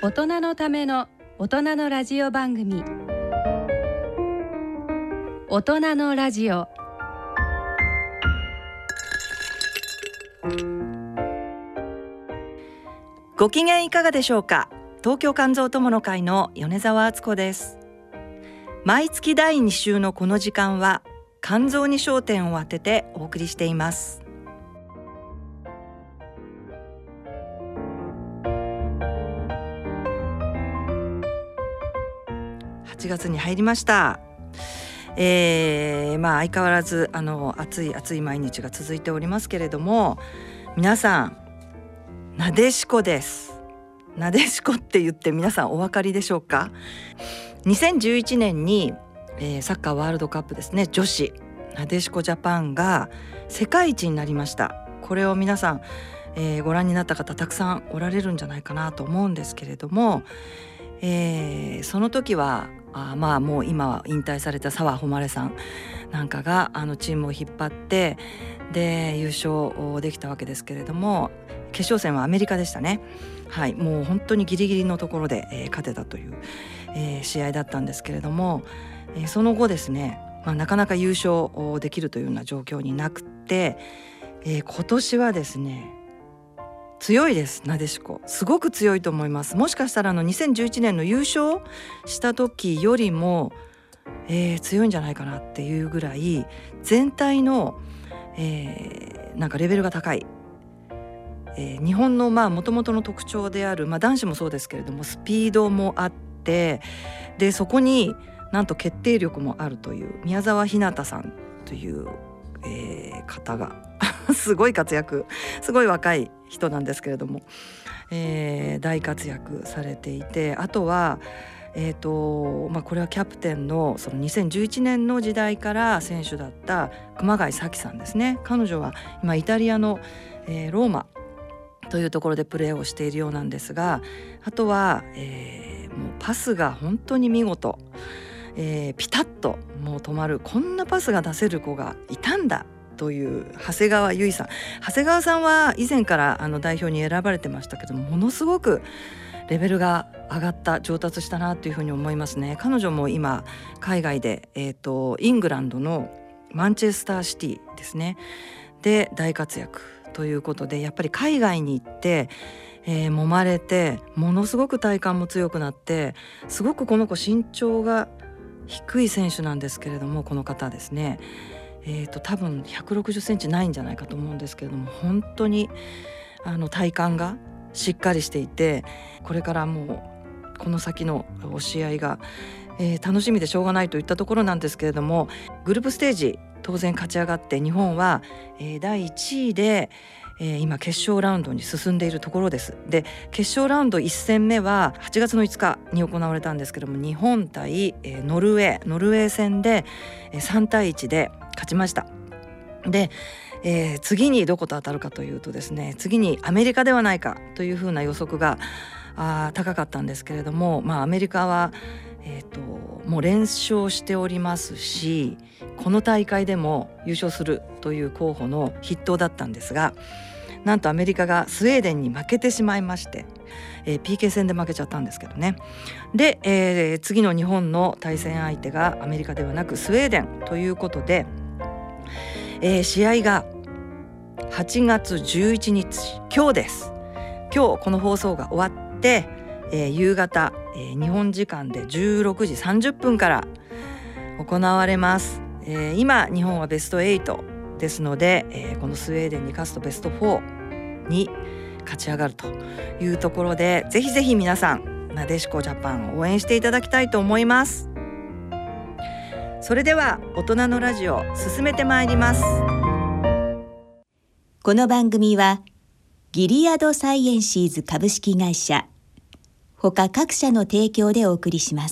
大人のための大人のラジオ番組、大人のラジオ。 ご機嫌いかがでしょうか。東京肝臓友の会の米澤敦子です。毎月第2週のこの時間は肝臓に焦点を当ててお送りしています。8月に入りました。相変わらず暑い毎日が続いておりますけれども、皆さんなでしこです。なでしこって言って皆さんお分かりでしょうか。2011年に、サッカーワールドカップですね、女子なでしこジャパンが世界一になりました。これを皆さん、ご覧になった方たくさんおられるんじゃないかなと思うんですけれども、その時はもう今は引退された澤穂希さんなんかがチームを引っ張ってで優勝できたわけですけれども、決勝戦はアメリカでしたね。はい、もう本当にギリギリのところで、勝てたという、試合だったんですけれども、その後ですね、なかなか優勝できるというような状況になくて、今年はですね強いです。なでしこすごく強いと思います。もしかしたら2011年の優勝した時よりも、強いんじゃないかなっていうぐらい全体の、なんかレベルが高い、日本の元々の特徴である、男子もそうですけれどもスピードもあって、でそこになんと決定力もあるという宮澤ひなたさんという、方がすごい活躍、すごい若い人なんですけれども、大活躍されていて、あとはこれはキャプテンのその2011年の時代から選手だった熊谷紗希さんですね。彼女は今イタリアの、ローマというところでプレーをしているようなんですが、あとは、もうパスが本当に見事、ピタッともう止まる、こんなパスが出せる子がいたんだという長谷川唯さん。長谷川さんは以前から代表に選ばれてましたけども、ものすごくレベルが上がった、上達したなというふうに思いますね。彼女も今海外で、イングランドのマンチェスターシティですねで大活躍ということで、やっぱり海外に行って、揉まれてものすごく体幹も強くなって、すごくこの子身長が低い選手なんですけれども、この方ですね、多分160センチないんじゃないかと思うんですけれども、本当に体幹がしっかりしていて、これからもうこの先の試合が、楽しみでしょうがないといったところなんですけれども、グループステージ当然勝ち上がって日本は、第1位で、今決勝ラウンドに進んでいるところです。で決勝ラウンド1戦目は8月の5日に行われたんですけども、日本対、ノルウェー戦で、3対1で勝ちました。で、次にどこと当たるかというとですね、次にアメリカではないかというふうな予測が高かったんですけれども、アメリカは、もう連勝しておりますし、この大会でも優勝するという候補の筆頭だったんですが、なんとアメリカがスウェーデンに負けてしまいまして、PK 戦で負けちゃったんですけどね。で、次の日本の対戦相手がアメリカではなくスウェーデンということで、試合が8月11日今日です。今日この放送が終わって、夕方、日本時間で16時30分から行われます。今日本はベスト8ですので、このスウェーデンに勝つとベスト4に勝ち上がるというところで、ぜひぜひ皆さんなでしこジャパンを応援していただきたいと思います。それでは大人のラジオ進めてまいります。 この番組はギリアドサイエンシーズ株式会社他各社の提供でお送りします。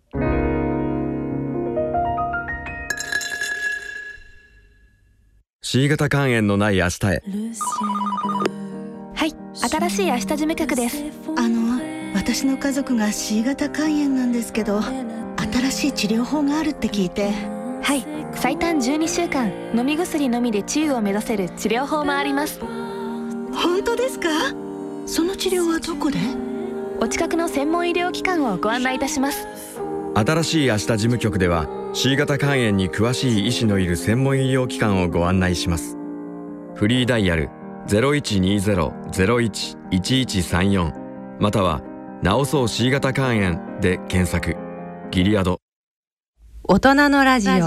C 型肝炎のない明日へ。 はい、新しい明日事務局です。 私の家族が C 型肝炎なんですけど、新しい治療法があるって聞いて。 はい、最短12週間飲み薬のみで治癒を目指せる治療法もあります。 本当ですか？その治療はどこで？ お近くの専門医療機関をご案内いたします。 新しい明日事務局では C 型肝炎に詳しい医師のいる専門医療機関をご案内します。フリーダイヤル 0120-01-1134 または治そう C 型肝炎で検索。ギリアド。 大人のラジオ。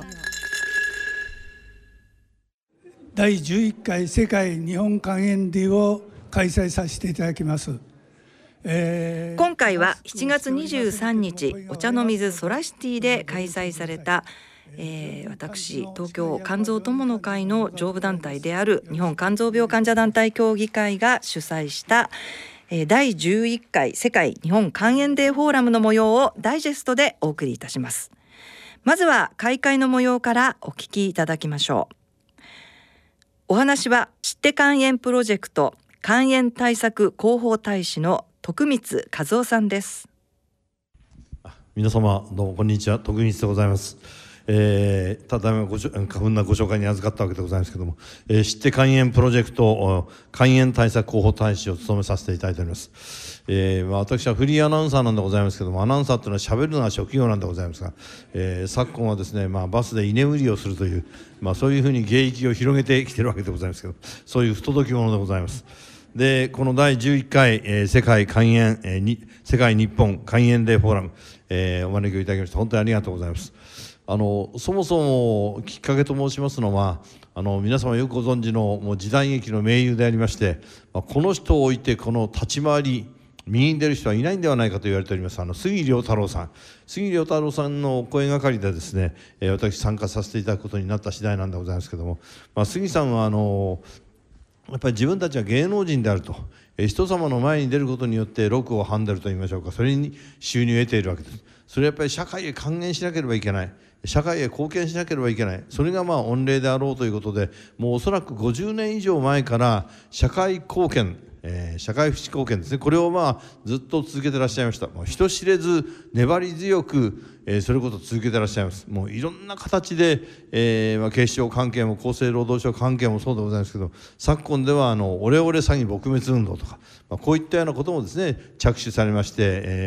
第11回世界日本肝炎デーを開催させていただきます。 今回は7月23日お茶の水ソラシティで開催された、私東京肝臓友の会の上部団体である日本肝臓病患者団体協議会が主催した、第11回世界日本肝炎デーフォーラムの模様をダイジェストでお送りいたします。まずは開会の模様からお聞きいただきましょう。お話は知って肝炎プロジェクト肝炎対策広報大使の徳光和夫さんです。 皆様どうもこんにちは、徳光でございます。ただいま花粉なご紹介に預かったわけでございますけども、知って肝炎プロジェクト肝炎対策広報大使を務めさせていただいております。私はフリーアナウンサーなんでございますけども、アナウンサーというのは喋るのが職業なんでございますが、昨今はですね、バスで居眠りをするという、そういうふうに芸域を広げてきているわけでございますけど、そういう不届き者でございます。でこの第11回、世界肝炎、世界日本肝炎デーフォーラム、お招きをいただきまして本当にありがとうございます。そもそもきっかけと申しますのは皆様よくご存知のもう時代劇の名優でありまして、この人を置いてこの立ち回り右に出る人はいないんではないかと言われております杉良太郎さんのお声がかりでですね、私参加させていただくことになった次第なんでございますけども、杉さんはやっぱり自分たちは芸能人であると、人様の前に出ることによって禄をはんでると言いましょうか、それに収入を得ているわけです。それはやっぱり社会へ還元しなければいけない、社会へ貢献しなければいけない、それが御礼であろうということで、もうおそらく50年以上前から社会貢献、社会福祉貢献ですね、これをずっと続けてらっしゃいました。もう人知れず粘り強く、それこそ続けてらっしゃいます。もういろんな形で、警視庁関係も厚生労働省関係もそうでございますけど、昨今ではオレオレ詐欺撲滅運動とか、こういったようなこともですね着手されまして、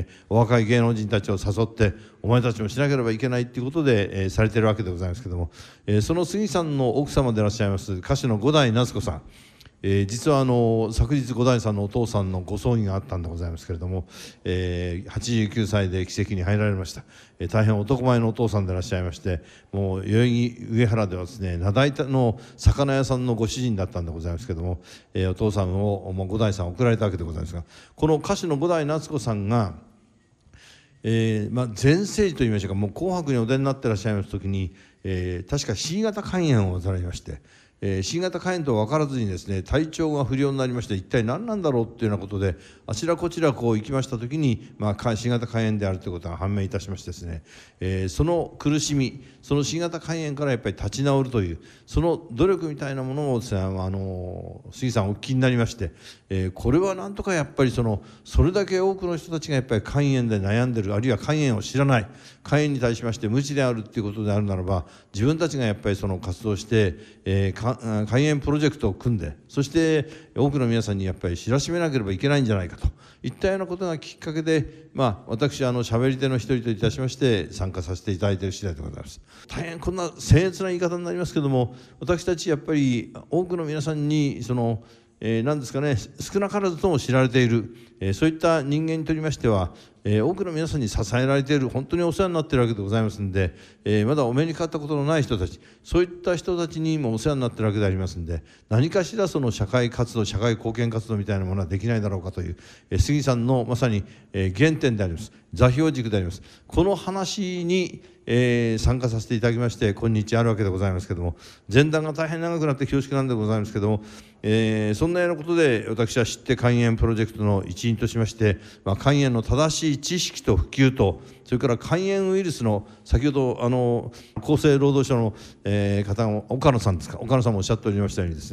お若い芸能人たちを誘ってお前たちもしなければいけないということで、されているわけでございますけども、その杉さんの奥様でいらっしゃいます歌手の五代夏子さん、実は昨日五代さんのお父さんのご葬儀があったんでございますけれども、89歳で奇跡に入られました。大変男前のお父さんでいらっしゃいまして、もう代々木上原ではですね名代の魚屋さんのご主人だったんでございますけども、お父さんを五代さん送られたわけでございますが、この歌手の五代夏子さんが全盛時といいましょうか、もう紅白にお出になっていらっしゃいます時に、確か C 型肝炎を患いまして、C 型肝炎と分からずにですね体調が不良になりまして、一体何なんだろうっていうようなことであちらこちら行きました時に、C 型肝炎であるということが判明いたしましてですね、その苦しみ、その C 型肝炎からやっぱり立ち直るというその努力みたいなものをですね杉さんお聞きになりまして、これはなんとかやっぱりそれだけ多くの人たちがやっぱり肝炎で悩んでる、あるいは肝炎を知らない、肝炎に対しまして無知であるっていうことであるならば、自分たちがやっぱりその活動して、肝炎プロジェクトを組んで、そして多くの皆さんにやっぱり知らしめなければいけないんじゃないかといったようなことがきっかけで、私喋り手の一人といたしまして参加させていただいている次第でございます。大変こんな僭越な言い方になりますけども、私たちやっぱり多くの皆さんに何ですかね、少なからずとも知られている、そういった人間にとりましては、多くの皆さんに支えられている、本当にお世話になっているわけでございますので、まだお目にかかったことのない人たち、そういった人たちにもお世話になっているわけでありますので、何かしらその社会活動、社会貢献活動みたいなものはできないだろうかという、杉さんのまさに、原点であります、座標軸であります。この話に参加させていただきまして今日あるわけでございますけども、前段が大変長くなって恐縮なんでございますけども、そんなようなことで私は知って肝炎プロジェクトの一員としまして、肝炎の正しい知識と普及と、それから肝炎ウイルスの先ほど厚生労働省の方が岡野さんもおっしゃっておりましたようにですね、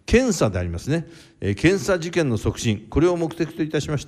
検査でありますね、検査事件の促進、これを目的といたしまして、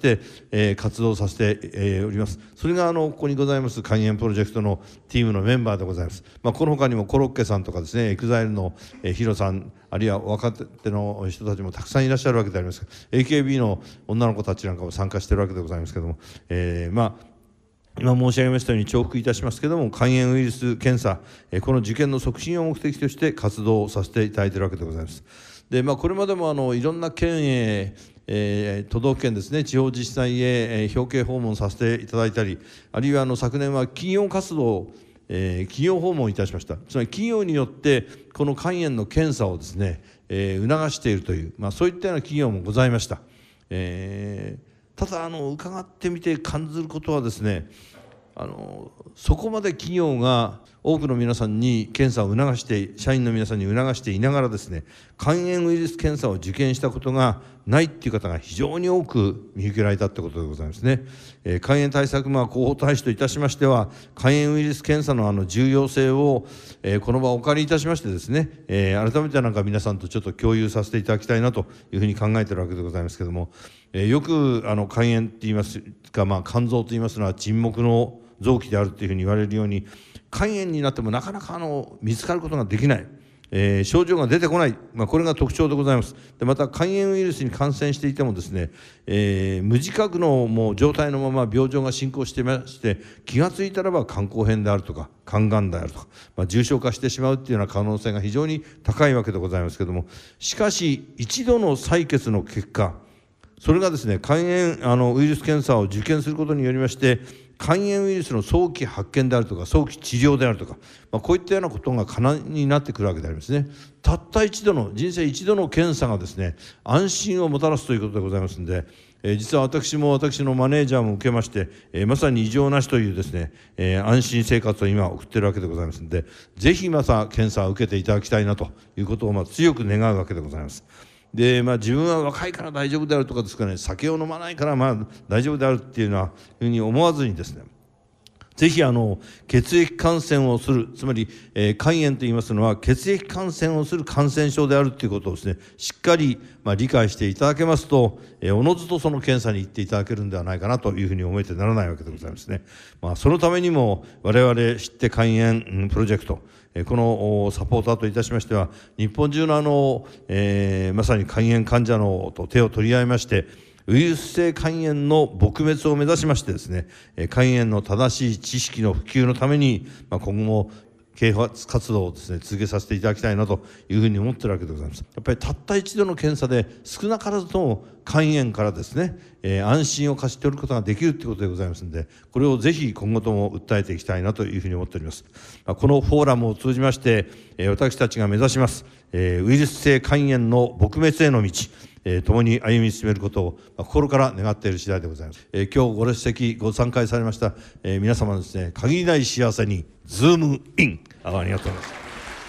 活動させて、おります。それがここにございます肝炎プロジェクトのチームのメンバーでございます。この他にもコロッケさんとかですね、EXILEのヒロさん、あるいは若手の人たちもたくさんいらっしゃるわけであります。AKB の女の子たちなんかも参加しているわけでございますけれども、今申し上げましたように重複いたしますけれども、肝炎ウイルス検査、この受験の促進を目的として活動させていただいているわけでございます。で、これまでもいろんな県へ、都道府県ですね、地方自治体へ、表敬訪問させていただいたり、あるいは昨年は企業活動、企業訪問いたしました。つまり企業によってこの肝炎の検査をですね、促しているという、そういったような企業もございました。ただ伺ってみて感じることはですね、そこまで企業が多くの皆さんに検査を促して、社員の皆さんに促していながらですね、肝炎ウイルス検査を受験したことがないっていう方が非常に多く見受けられたってことでございますね。肝炎対策広報大使といたしましては、肝炎ウイルス検査の重要性を、この場をお借りいたしましてですね、改めて皆さんとちょっと共有させていただきたいなというふうに考えているわけでございますけれども、よく肝炎って言いますか、肝臓と言いますのは沈黙の臓器であるというふうに言われるように、肝炎になってもなかなか見つかることができない、症状が出てこない、これが特徴でございます。でまた肝炎ウイルスに感染していてもですね、無自覚のもう状態のまま病状が進行していまして、気がついたらば肝硬変であるとか肝がんであるとか、重症化してしまうというような可能性が非常に高いわけでございますけれども、しかし一度の採血の結果、それがですね、肝炎ウイルス検査を受験することによりまして、肝炎ウイルスの早期発見であるとか早期治療であるとか、こういったようなことが可能になってくるわけでありますね。たった一度の人生一度の検査がですね、安心をもたらすということでございますので、実は私も私のマネージャーも受けまして、まさに異常なしというですね、安心生活を今送っているわけでございますので、ぜひまた検査を受けていただきたいなということを強く願うわけでございます。で自分は若いから大丈夫であるとかですかね、酒を飲まないから大丈夫であるっていうふうに思わずにですね、ぜひ血液感染をする、つまり、肝炎といいますのは血液感染をする感染症であるということをですね、しっかり、理解していただけますと、おのずとその検査に行っていただけるんではないかなというふうに思えてならないわけでございますね。そのためにも我々知って肝炎プロジェクト、このサポーターといたしましては、日本中のまさに肝炎患者のと手を取り合いまして、ウイルス性肝炎の撲滅を目指しましてですね、肝炎の正しい知識の普及のために、今後も啓発活動をですね、続けさせていただきたいなというふうに思っているわけでございます。やっぱりたった一度の検査で少なからずとも肝炎からですね、安心を勝ち取ることができるということでございますので、これをぜひ今後とも訴えていきたいなというふうに思っております。このフォーラムを通じまして、私たちが目指します、ウイルス性肝炎の撲滅への道、共に歩み進めることを心から願っている次第でございます。今日ご列席ご参加されました、皆様ですね、限りない幸せにズームイン。ありがとうございます。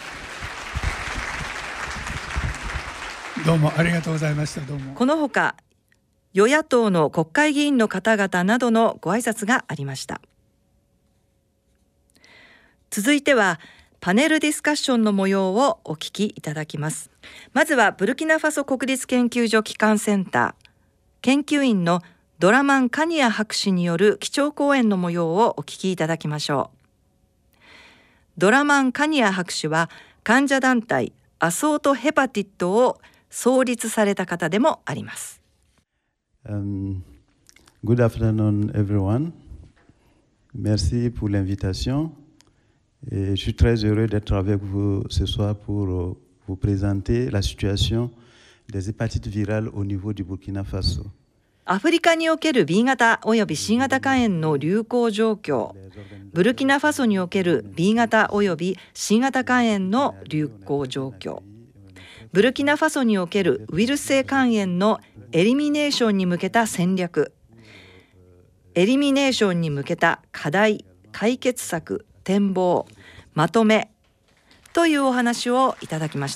どうもありがとうございました。どうも。 このほか与野党の国会議員の方々などのご挨拶がありました。続いてはパネルディスカッションの模様をお聞きいただきます。まずはブルキナファソ国立研究所機関センター研究員のドラマン・カニア博士による基調講演の模様をお聞きいただきましょう。ドラマン・カニア博士は患者団体アソートヘパティットを創立された方でもあります。 Good afternoon everyone. Merci pour l'invitation. Et je suis très heureux d'être avec vous ce soir pour vous présenter la situation des hépatites virales au niveau du Burkina Faso. アフリカにおける B 型および C 型肝炎の流行状況、ブルキナファソにおける B 型および C 型肝炎の流行状況、ブルキナファソにおけるウイルス性肝炎のエリミネーションに向けた戦略、エリミネーションに向けた課題、解決策、展望、まとめというお話をいただきました。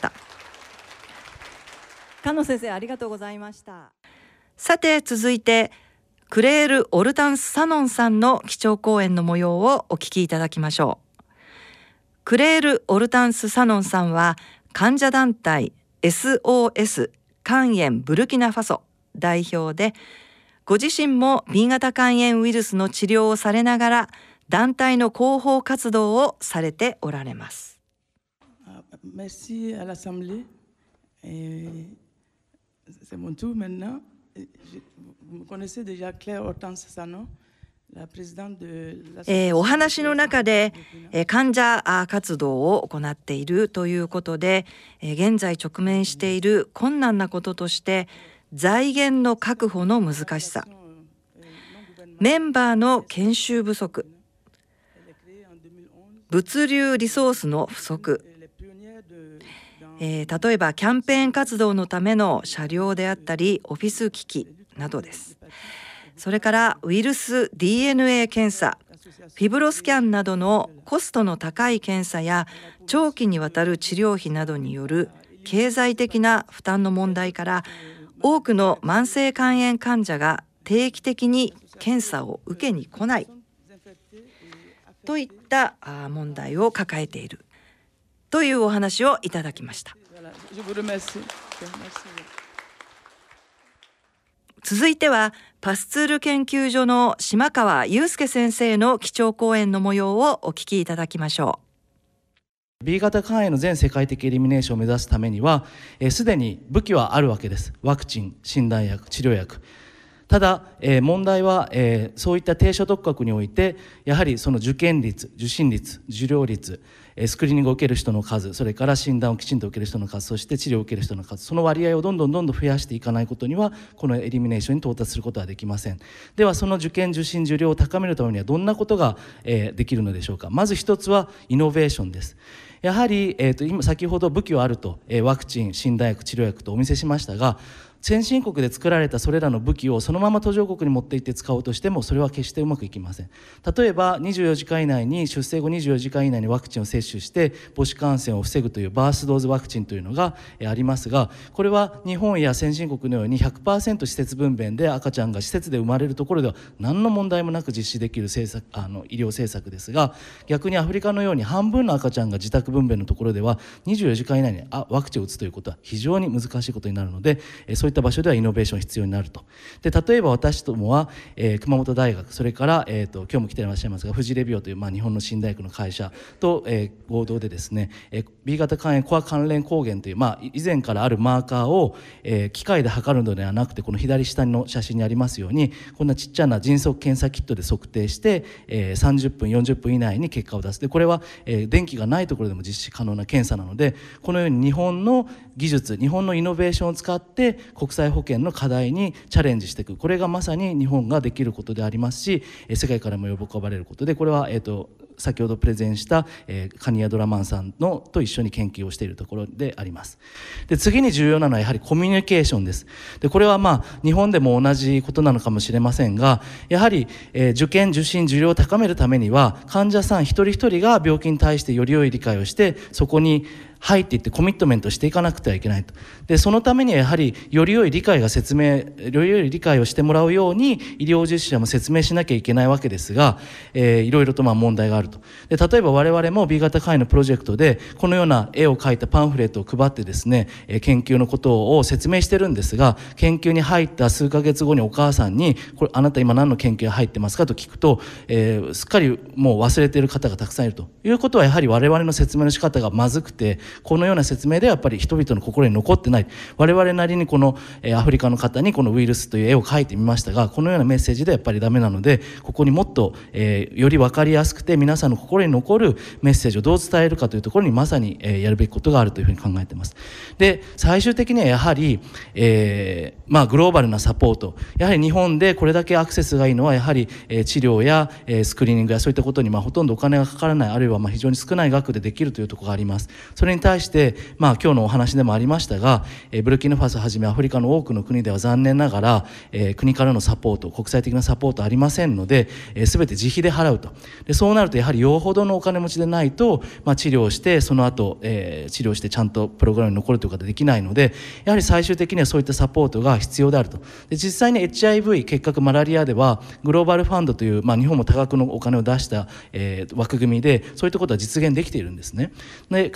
菅野先生、ありがとうございました。さて続いてクレール・オルタンス・サノンさんの基調講演の模様をお聞きいただきましょう。クレール・オルタンス・サノンさんは患者団体 SOS 肝炎ブルキナファソ代表で、ご自身も B 型肝炎ウイルスの治療をされながら団体の広報活動をされておられます。 Merci à l'Assemblée. C'est mon tour maintenant. Vous me connaissez déjà Claire Hortense Sanon. お話の中で患者活動を行っているということで、現在直面している困難なこととして財源の確保の難しさ、メンバーの研修不足、物流リソースの不足、例えばキャンペーン活動のための車両であったりオフィス機器などです。それからウイルス DNA 検査、フィブロスキャンなどのコストの高い検査や長期にわたる治療費などによる経済的な負担の問題から、多くの慢性肝炎患者が定期的に検査を受けに来ないといった問題を抱えているというお話をいただきました。続いてはパスツール研究所の島川祐介先生の基調講演の模様をお聞きいただきましょう。 B 型肝炎の全世界的エリミネーションを目指すためにはすでに武器はあるわけです。ワクチン、診断薬、治療薬。ただ、問題は、そういった低所得国においてやはりその受験率、受診率、受領率、スクリーニングを受ける人の数、それから診断をきちんと受ける人の数、そして治療を受ける人の数、その割合をどんどん増やしていかないことにはこのエリミネーションに到達することはできません。ではその受験、受診、受領を高めるためにはどんなことが、できるのでしょうか。まず一つはイノベーションです。やはり、今先ほど武器はあると、ワクチン、診断薬、治療薬とお見せしましたが、先進国で作られたそれらの武器をそのまま途上国に持っていって使おうとしてもそれは決してうまくいきません。例えば24時間以内に出生後24時間以内にワクチンを接種して母子感染を防ぐというバースドーズワクチンというのがありますが、これは日本や先進国のように 100% 施設分娩で赤ちゃんが施設で生まれるところでは何の問題もなく実施できる医療政策ですが、逆にアフリカのように半分の赤ちゃんが自宅分娩のところでは24時間以内にワクチンを打つということは非常に難しいことになるので、そういった場所ではイノベーション必要になると。で例えば私どもは、熊本大学、それから、今日も来ていらっしゃいますがフジレビオという、日本の診断薬の会社と、合同でですね、B 型肝炎コア関連抗原という、以前からあるマーカーを、機械で測るのではなくて、この左下の写真にありますようにこんなちっちゃな迅速検査キットで測定して、30分40分以内に結果を出す。でこれは、電気がないところでも実施可能な検査なので、このように日本の技術、日本のイノベーションを使って国際保健の課題にチャレンジしていく、これがまさに日本ができることでありますし、世界からも喜ばれることで、これは、先ほどプレゼンした、カニヤ・ドラマンさんのと一緒に研究をしているところであります。で次に重要なのはやはりコミュニケーションです。でこれは日本でも同じことなのかもしれませんが、やはり、受験、受診、受領を高めるためには患者さん一人一人が病気に対してより良い理解をしてそこに入っていってコミットメントしていかなくてはいけないと。でそのためにはやはりより良い理解をしてもらうように医療従事者も説明しなきゃいけないわけですが、いろいろと問題があると。で例えば我々も B 型肝炎のプロジェクトでこのような絵を描いたパンフレットを配ってですね、研究のことを説明してるんですが、研究に入った数ヶ月後にお母さんにこれあなた今何の研究が入ってますかと聞くと、すっかりもう忘れている方がたくさんいるということは、やはり我々の説明の仕方がまずくて、このような説明ではやっぱり人々の心に残ってない。我々なりにこのアフリカの方にこのウイルスという絵を描いてみましたが、このようなメッセージでやっぱりダメなので、ここにもっと、より分かりやすくて皆さんの心に残るメッセージをどう伝えるかというところにまさに、やるべきことがあるというふうに考えています。で最終的にはやはり、グローバルなサポート、やはり日本でこれだけアクセスがいいのはやはり、治療や、スクリーニングやそういったことにほとんどお金がかからない、あるいは非常に少ない額でできるというところがあります。それに対して今日のお話でもありましたが、ブルキナファソはじめアフリカの多くの国では残念ながら、国からのサポート、国際的なサポートありませんので、全て自費で払うと。でそうなるとやはりよほどのお金持ちでないと、治療してその後、治療してちゃんとプログラムに残るということができないので、やはり最終的にはそういったサポートが必要であると。で実際に HIV 結核マラリアではグローバルファンドという、日本も多額のお金を出した、枠組みでそういったことは実現できているんですね。で肝炎と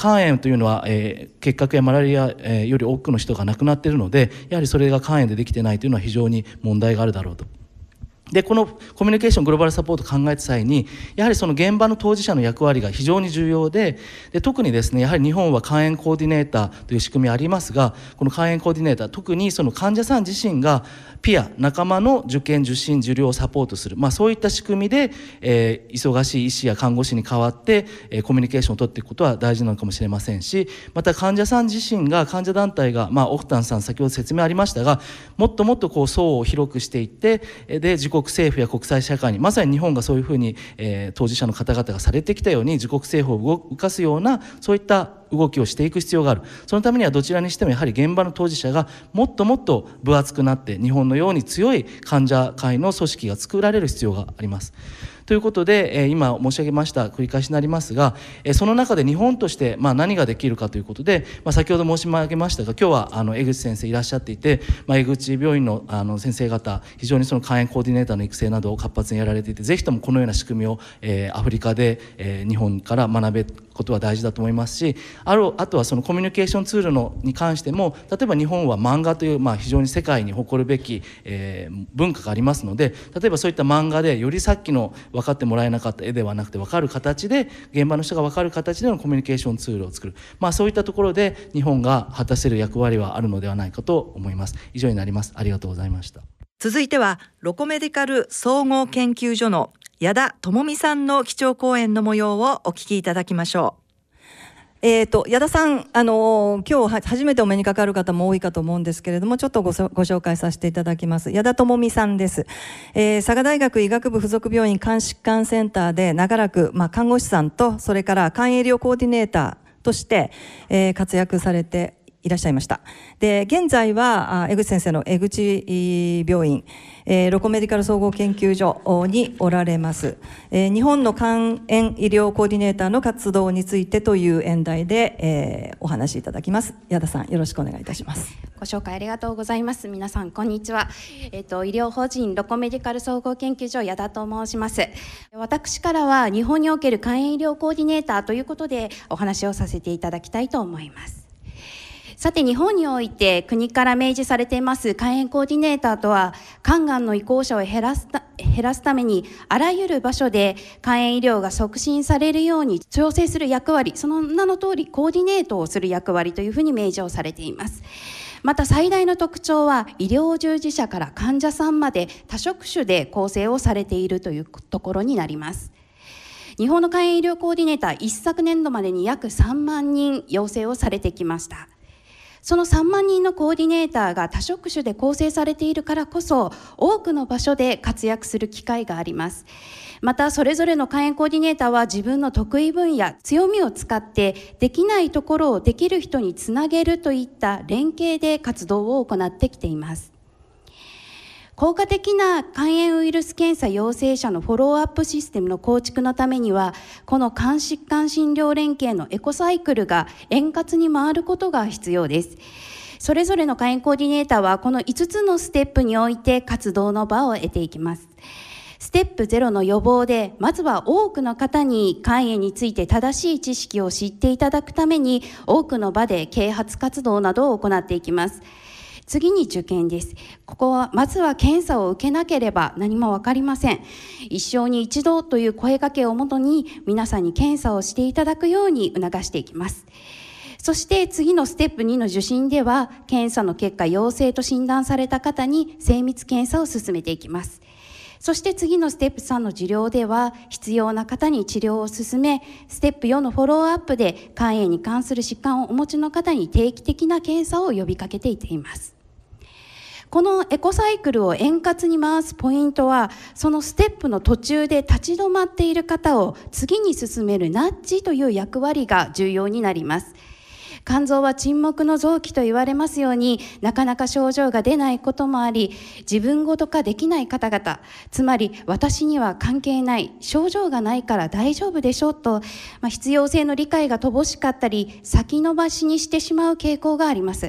というのは、結核やマラリア、より多くの人が亡くなっているので、やはりそれが肝炎でできてないというのは非常に問題があるだろうと。でこのコミュニケーショングローバルサポートを考えた際に、やはりその現場の当事者の役割が非常に重要で、特にですね、やはり日本は肝炎コーディネーターという仕組みありますが、この肝炎コーディネーター、特にその患者さん自身がピア仲間の受験受診受領をサポートする、そういった仕組みで、忙しい医師や看護師に代わって、コミュニケーションを取っていくことは大事なのかもしれませんし、また患者さん自身が、患者団体が、オフタンさん先ほど説明ありましたが、もっともっとこう層を広くしていって、で自国政府や国際社会に、まさに日本がそういうふうに、当事者の方々がされてきたように、自国政府を動かすようなそういった動きをしていく必要がある。そのためにはどちらにしてもやはり現場の当事者がもっともっと分厚くなって、日本のように強い患者会の組織が作られる必要があります。ということで、今申し上げました、繰り返しになりますが、その中で日本として、何ができるかということで、先ほど申し上げましたが、今日は江口先生いらっしゃっていて、江口病院の、先生方、非常にその肝炎コーディネーターの育成などを活発にやられていて、ぜひともこのような仕組みを、アフリカで、日本から学べることは大事だと思いますし、あとはそのコミュニケーションツールに関しても、例えば日本は漫画という、非常に世界に誇るべき、文化がありますので、例えばそういった漫画でよりさっきの分かってもらえなかった絵ではなくて分かる形で、現場の人が分かる形でのコミュニケーションツールを作る、そういったところで日本が果たせる役割はあるのではないかと思います。以上になります。ありがとうございました。 続いてはロコメディカル総合研究所の矢田智美さんの基調講演の模様をお聞きいただきましょう。矢田さん、今日初めてお目にかかる方も多いかと思うんですけれども、ちょっとご紹介させていただきます。矢田智美さんです。佐賀大学医学部附属病院肝疾患センターで長らく、看護師さんと、それから肝医療コーディネーターとして、活躍されていらっしゃいました。で、現在は江口先生の江口病院、ロコメディカル総合研究所におられます。日本の肝炎医療コーディネーターの活動についてという演題で、お話しいただきます。矢田さん、よろしくお願いいたします。 ご紹介ありがとうございます。皆さんこんにちは。医療法人ロコメディカル総合研究所矢田と申します。私からは日本における肝炎医療コーディネーターということでお話をさせていただきたいと思います。さて、日本において国から明示されています肝炎コーディネーターとは、肝がんの移行者を減らすためにあらゆる場所で肝炎医療が促進されるように調整する役割、その名の通りコーディネートをする役割というふうに明示をされています。また最大の特徴は、医療従事者から患者さんまで多職種で構成をされているというところになります。日本の肝炎医療コーディネーター、一昨年度までに約3万人要請をされてきました。その3万人のコーディネーターが多職種で構成されているからこそ、多くの場所で活躍する機会があります。また、それぞれの肝炎コーディネーターは自分の得意分野、強みを使ってできないところをできる人につなげるといった連携で活動を行ってきています。効果的な肝炎ウイルス検査陽性者のフォローアップシステムの構築のためには、この肝疾患診療連携のエコサイクルが円滑に回ることが必要です。それぞれの肝炎コーディネーターはこの5つのステップにおいて活動の場を得ていきます。ステップ0の予防で、まずは多くの方に肝炎について正しい知識を知っていただくために、多くの場で啓発活動などを行っていきます。次に受験です。ここはまずは検査を受けなければ何もわかりません。一生に一度という声かけをもとに、皆さんに検査をしていただくように促していきます。そして次のステップ2の受診では、検査の結果陽性と診断された方に精密検査を進めていきます。そして次のステップ3の治療では、必要な方に治療を進め、ステップ4のフォローアップで肝炎に関する疾患をお持ちの方に定期的な検査を呼びかけていっています。このエコサイクルを円滑に回すポイントは、そのステップの途中で立ち止まっている方を次に進めるナッジという役割が重要になります。肝臓は沈黙の臓器と言われますように、なかなか症状が出ないこともあり、自分ごと化できない方々、つまり私には関係ない、症状がないから大丈夫でしょと、必要性の理解が乏しかったり、先延ばしにしてしまう傾向があります。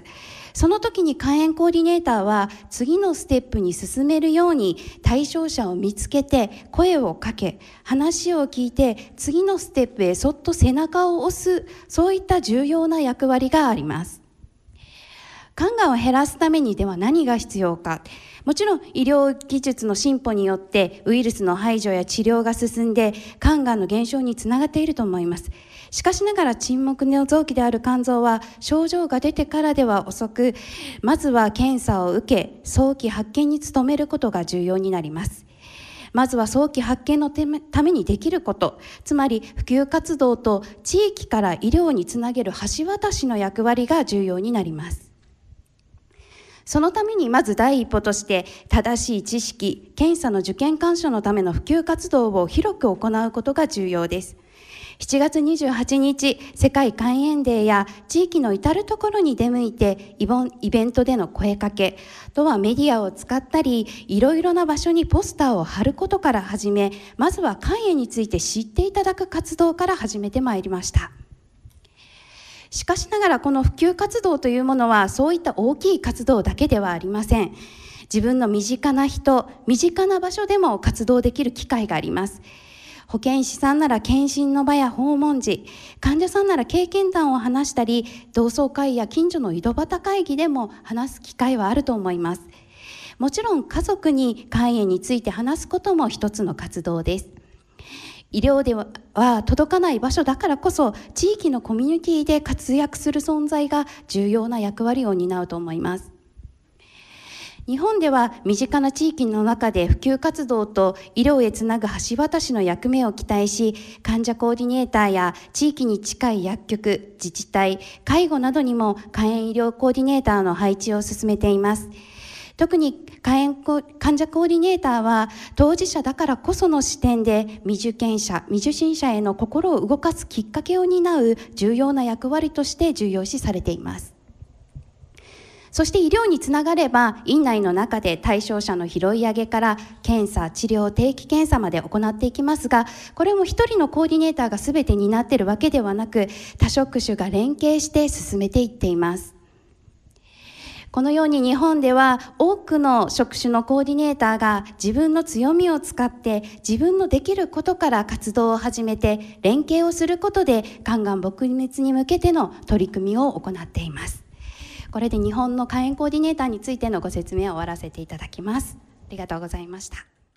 その時に肝炎コーディネーターは次のステップに進めるように対象者を見つけて声をかけ、話を聞いて次のステップへそっと背中を押す、そういった重要な役割があります。肝がんを減らすためにでは何が必要か。もちろん医療技術の進歩によってウイルスの排除や治療が進んで肝がんの減少につながっていると思います。しかしながら沈黙の臓器である肝臓は症状が出てからでは遅く、まずは検査を受け早期発見に努めることが重要になります。まずは早期発見のためにできること、つまり普及活動と地域から医療につなげる橋渡しの役割が重要になります。そのためにまず第一歩として正しい知識、検査の受験勧奨のための普及活動を広く行うことが重要です。7月28日、世界肝炎デーや地域の至るところに出向いてイベントでの声かけ、あとはメディアを使ったり、いろいろな場所にポスターを貼ることから始め、まずは肝炎について知っていただく活動から始めてまいりました。しかしながらこの普及活動というものはそういった大きい活動だけではありません。自分の身近な人、身近な場所でも活動できる機会があります。保健師さんなら検診の場や訪問時、患者さんなら経験談を話したり、同窓会や近所の井戸端会議でも話す機会はあると思います。もちろん家族に肝炎について話すことも一つの活動です。医療では届かない場所だからこそ、地域のコミュニティで活躍する存在が重要な役割を担うと思います。日本では身近な地域の中で普及活動と医療へつなぐ橋渡しの役目を期待し、患者コーディネーターや地域に近い薬局、自治体、介護などにも肝炎医療コーディネーターの配置を進めています。特に患者コーディネーターは当事者だからこその視点で未受診者への心を動かすきっかけを担う重要な役割として重要視されています。そして医療につながれば、院内の中で対象者の拾い上げから検査、治療、定期検査まで行っていきますが、これも一人のコーディネーターが全て担っているわけではなく、多職種が連携して進めていっています。このように日本では多くの職種のコーディネーターが自分の強みを使って自分のできることから活動を始めて連携をすることで肝がん撲滅に向けての取り組みを行っています。これで日本の肝炎コーディネーターについてのご説明を終わらせていただきます。ありがとうございました。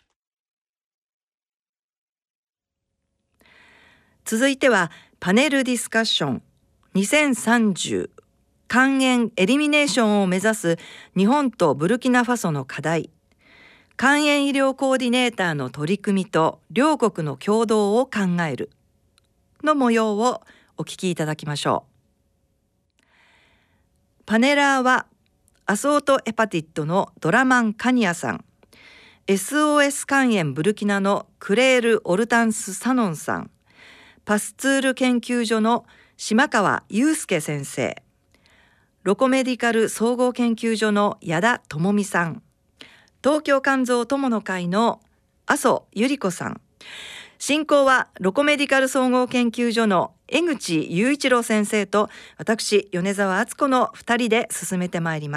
続いてはパネルディスカッション2030肝炎エリミネーションを目指す日本とブルキナファソの課題、肝炎医療コーディネーターの取り組みと両国の共同を考えるの模様をお聞きいただきましょう。パネラーはアソートヘパティットのドラマン・カニアさん、SOS 肝炎ブルキナのクレール・オルタンス・サノンさん、パスツール研究所の島川祐介先生、ロコメディカル総合研究所の矢田智美さん、東京肝臓友の会の麻生由里子さん、進行はロコメディカル総合研究所の江口雄一郎先生と私米沢敦子の2人で進めてまいります。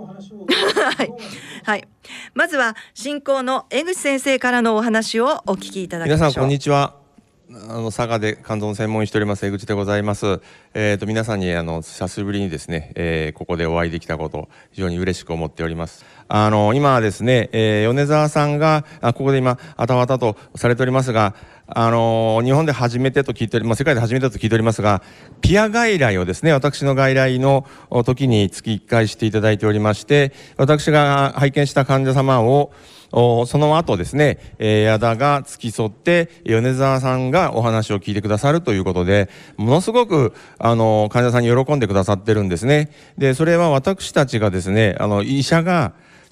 はい、まずは進行の江口先生からのお話をお聞きいただきましょう。 皆さんこんにちは。佐賀で肝臓の専門医しております江口でございます。皆さんに久しぶりにですね、ここでお会いできたこと非常に嬉しく思っております。今ですね、米沢さんがここで今あたわたとされておりますが、日本で初めてと聞いております、世界で初めてと聞いておりますが、ピア外来をですね、私の外来の時に月1回していただいておりまして、私が拝見した患者様をその後ですね、矢田が付き添って米沢さんがお話を聞いてくださるということで、ものすごく患者さんに喜んでくださってるんですね。でそれは私たちがですね、医者が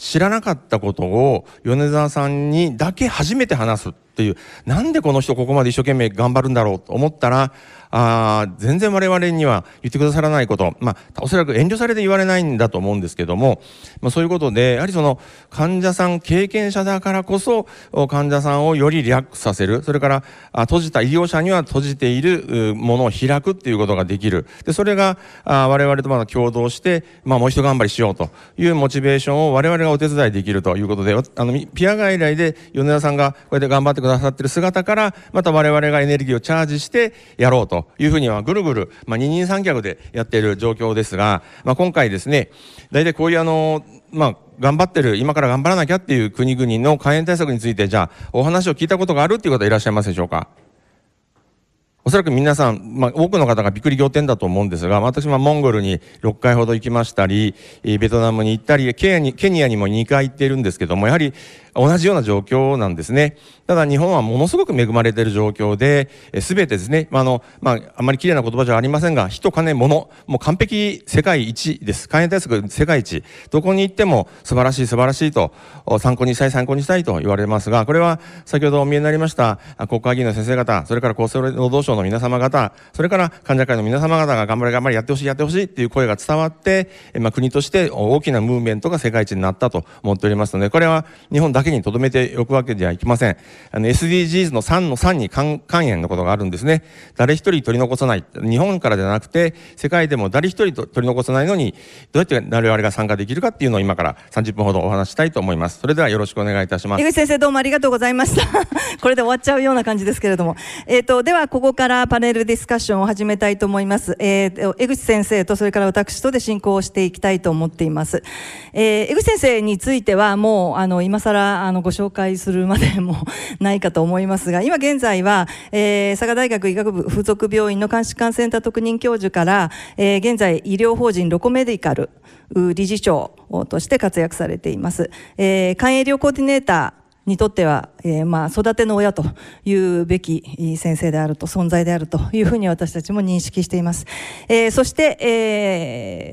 知らなかったことを米沢さんにだけ初めて話すっていう、なんでこの人ここまで一生懸命頑張るんだろうと思ったら、全然我々には言ってくださらないこと、おそらく遠慮されて言われないんだと思うんですけども、そういうことで、やはりその患者さん経験者だからこそ、患者さんをよりリラックスさせる、それから閉じた医療者には閉じているものを開くっていうことができる。で、それが我々と共同して、もう一頑張りしようというモチベーションを我々がお手伝いできるということで、ピア外来で米田さんがこうやって頑張ってくださっている姿から、また我々がエネルギーをチャージしてやろうというふうにはぐるぐる、二人三脚でやっている状況ですが、今回ですね、大体こういう頑張ってる、今から頑張らなきゃっていう国々の肝炎対策について、じゃあお話を聞いたことがあるっていう方いらっしゃいますでしょうか。おそらく皆さん、多くの方がびっくり仰天だと思うんですが、私もモンゴルに6回ほど行きましたり、ベトナムに行ったり、ケニアにも2回行っているんですけども、やはり同じような状況なんですね。ただ日本はものすごく恵まれている状況で、すべてですね、あまり綺麗な言葉じゃありませんが、人、金、物、もう完璧世界一です。肝炎対策世界一。どこに行っても素晴らしい素晴らしいと、参考にしたいと言われますが、これは先ほどお見えになりました国会議員の先生方、それから厚生労働省の皆様方、それから患者会の皆様方が頑張りやってほしいっていう声が伝わって、国として大きなムーブメントが世界一になったと思っておりますので、これは日本だけに留めておくわけではいきません。SDGs の3の3に肝炎のことがあるんですね。誰一人取り残さない。日本からじゃなくて、世界でも誰一人取り残さないのに、どうやって我々が参加できるかっていうのを今から30分ほどお話したいと思います。それではよろしくお願いいたします。 江口先生、どうもありがとうございました。これで終わっちゃうような感じですけれども。では、ここからパネルディスカッションを始めたいと思います。江口先生とそれから私とで進行をしていきたいと思っています。江口先生についてはもう今更ご紹介するまでもないかと思いますが、今現在は、佐賀大学医学部附属病院の肝疾患センター特任教授から、現在医療法人ロコメディカル理事長として活躍されています。肝炎医療コーディネーターにとっては、育ての親というべき先生であると、存在であるというふうに私たちも認識しています。そして、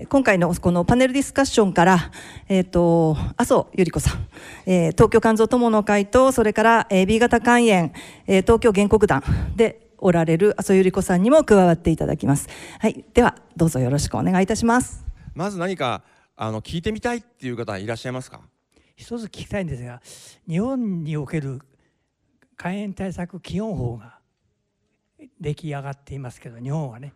今回のこのパネルディスカッションから、麻生百合子さん、東京肝臓友の会と、それから、B 型肝炎、東京原告団でおられる麻生百合子さんにも加わっていただきます。はい。では、どうぞよろしくお願いいたします。 まず何か、聞いてみたいっていう方いらっしゃいますか？ 一つ聞きたいんですが、日本における肝炎対策基本法が出来上がっていますけど、日本はね、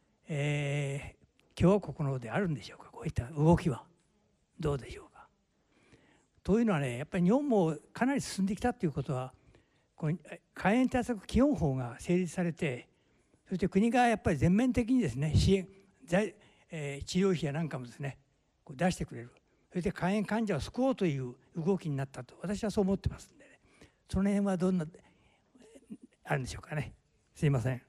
共和国の方であるんでしょうか、こういった動きはどうでしょうか。というのはね、やっぱり日本もかなり進んできたということは、この肝炎対策基本法が成立されて、そして国がやっぱり全面的にですね、支援、治療費やなんかもですね、出してくれる。それで肝炎患者を救おうという動きになったと私はそう思ってますんでね、その辺はどんなあるんでしょうかね。すいません。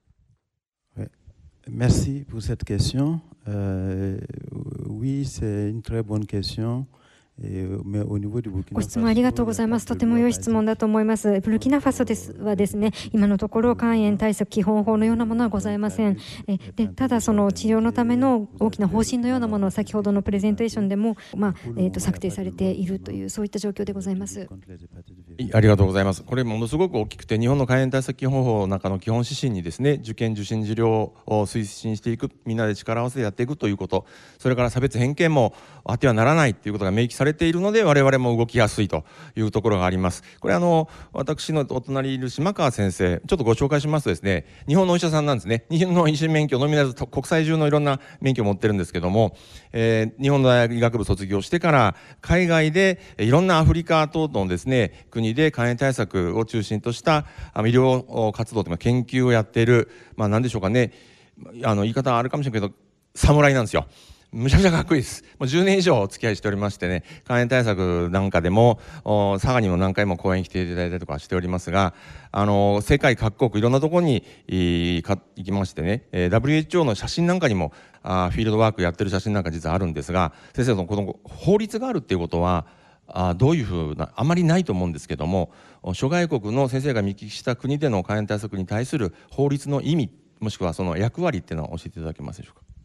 Merci pour cette question. Oui, c'est une très bonne question. ご質問ありがとうございます。とても良い質問だと思います。ブルキナファソはですね、今のところ肝炎対策基本法のようなものはございません。ただその治療のための大きな方針のようなものは先ほどのプレゼンテーションでも、策定されているというそういった状況でございます。 ありがとうございます。これものすごく大きくて、日本の肝炎対策基本法の中の基本指針にですね、受診治療を推進していく、みんなで力を合わせてやっていくということ、それから差別偏見もあってはならないということが明記されているので、我々も動きやすいというところがあります。これ私のお隣にいる島川先生、ちょっとご紹介しますとですね、日本のお医者さんなんですね。日本の医師免許のみならず国際中のいろんな免許を持ってるんですけども、日本の大学医学部卒業してから海外でいろんなアフリカ等のですね国で肝炎対策を中心とした医療活動というか研究をやっている、何でしょうかね、言い方あるかもしれないけど侍なんですよ。むちゃくちゃかっこいいです。もう10年以上お付き合いしておりましてね、肝炎対策なんかでも佐賀にも何回も講演来ていただいたりとかしておりますが、世界各国いろんなところに行きましてね、WHO の写真なんかにもフィールドワークやってる写真なんか実はあるんですが、先生のこの法律があるっていうことはどういうふうな、あまりないと思うんですけども、諸外国の先生が見聞きした国での肝炎対策に対する法律の意味、もしくはその役割っていうのを教えていただけますでしょうか。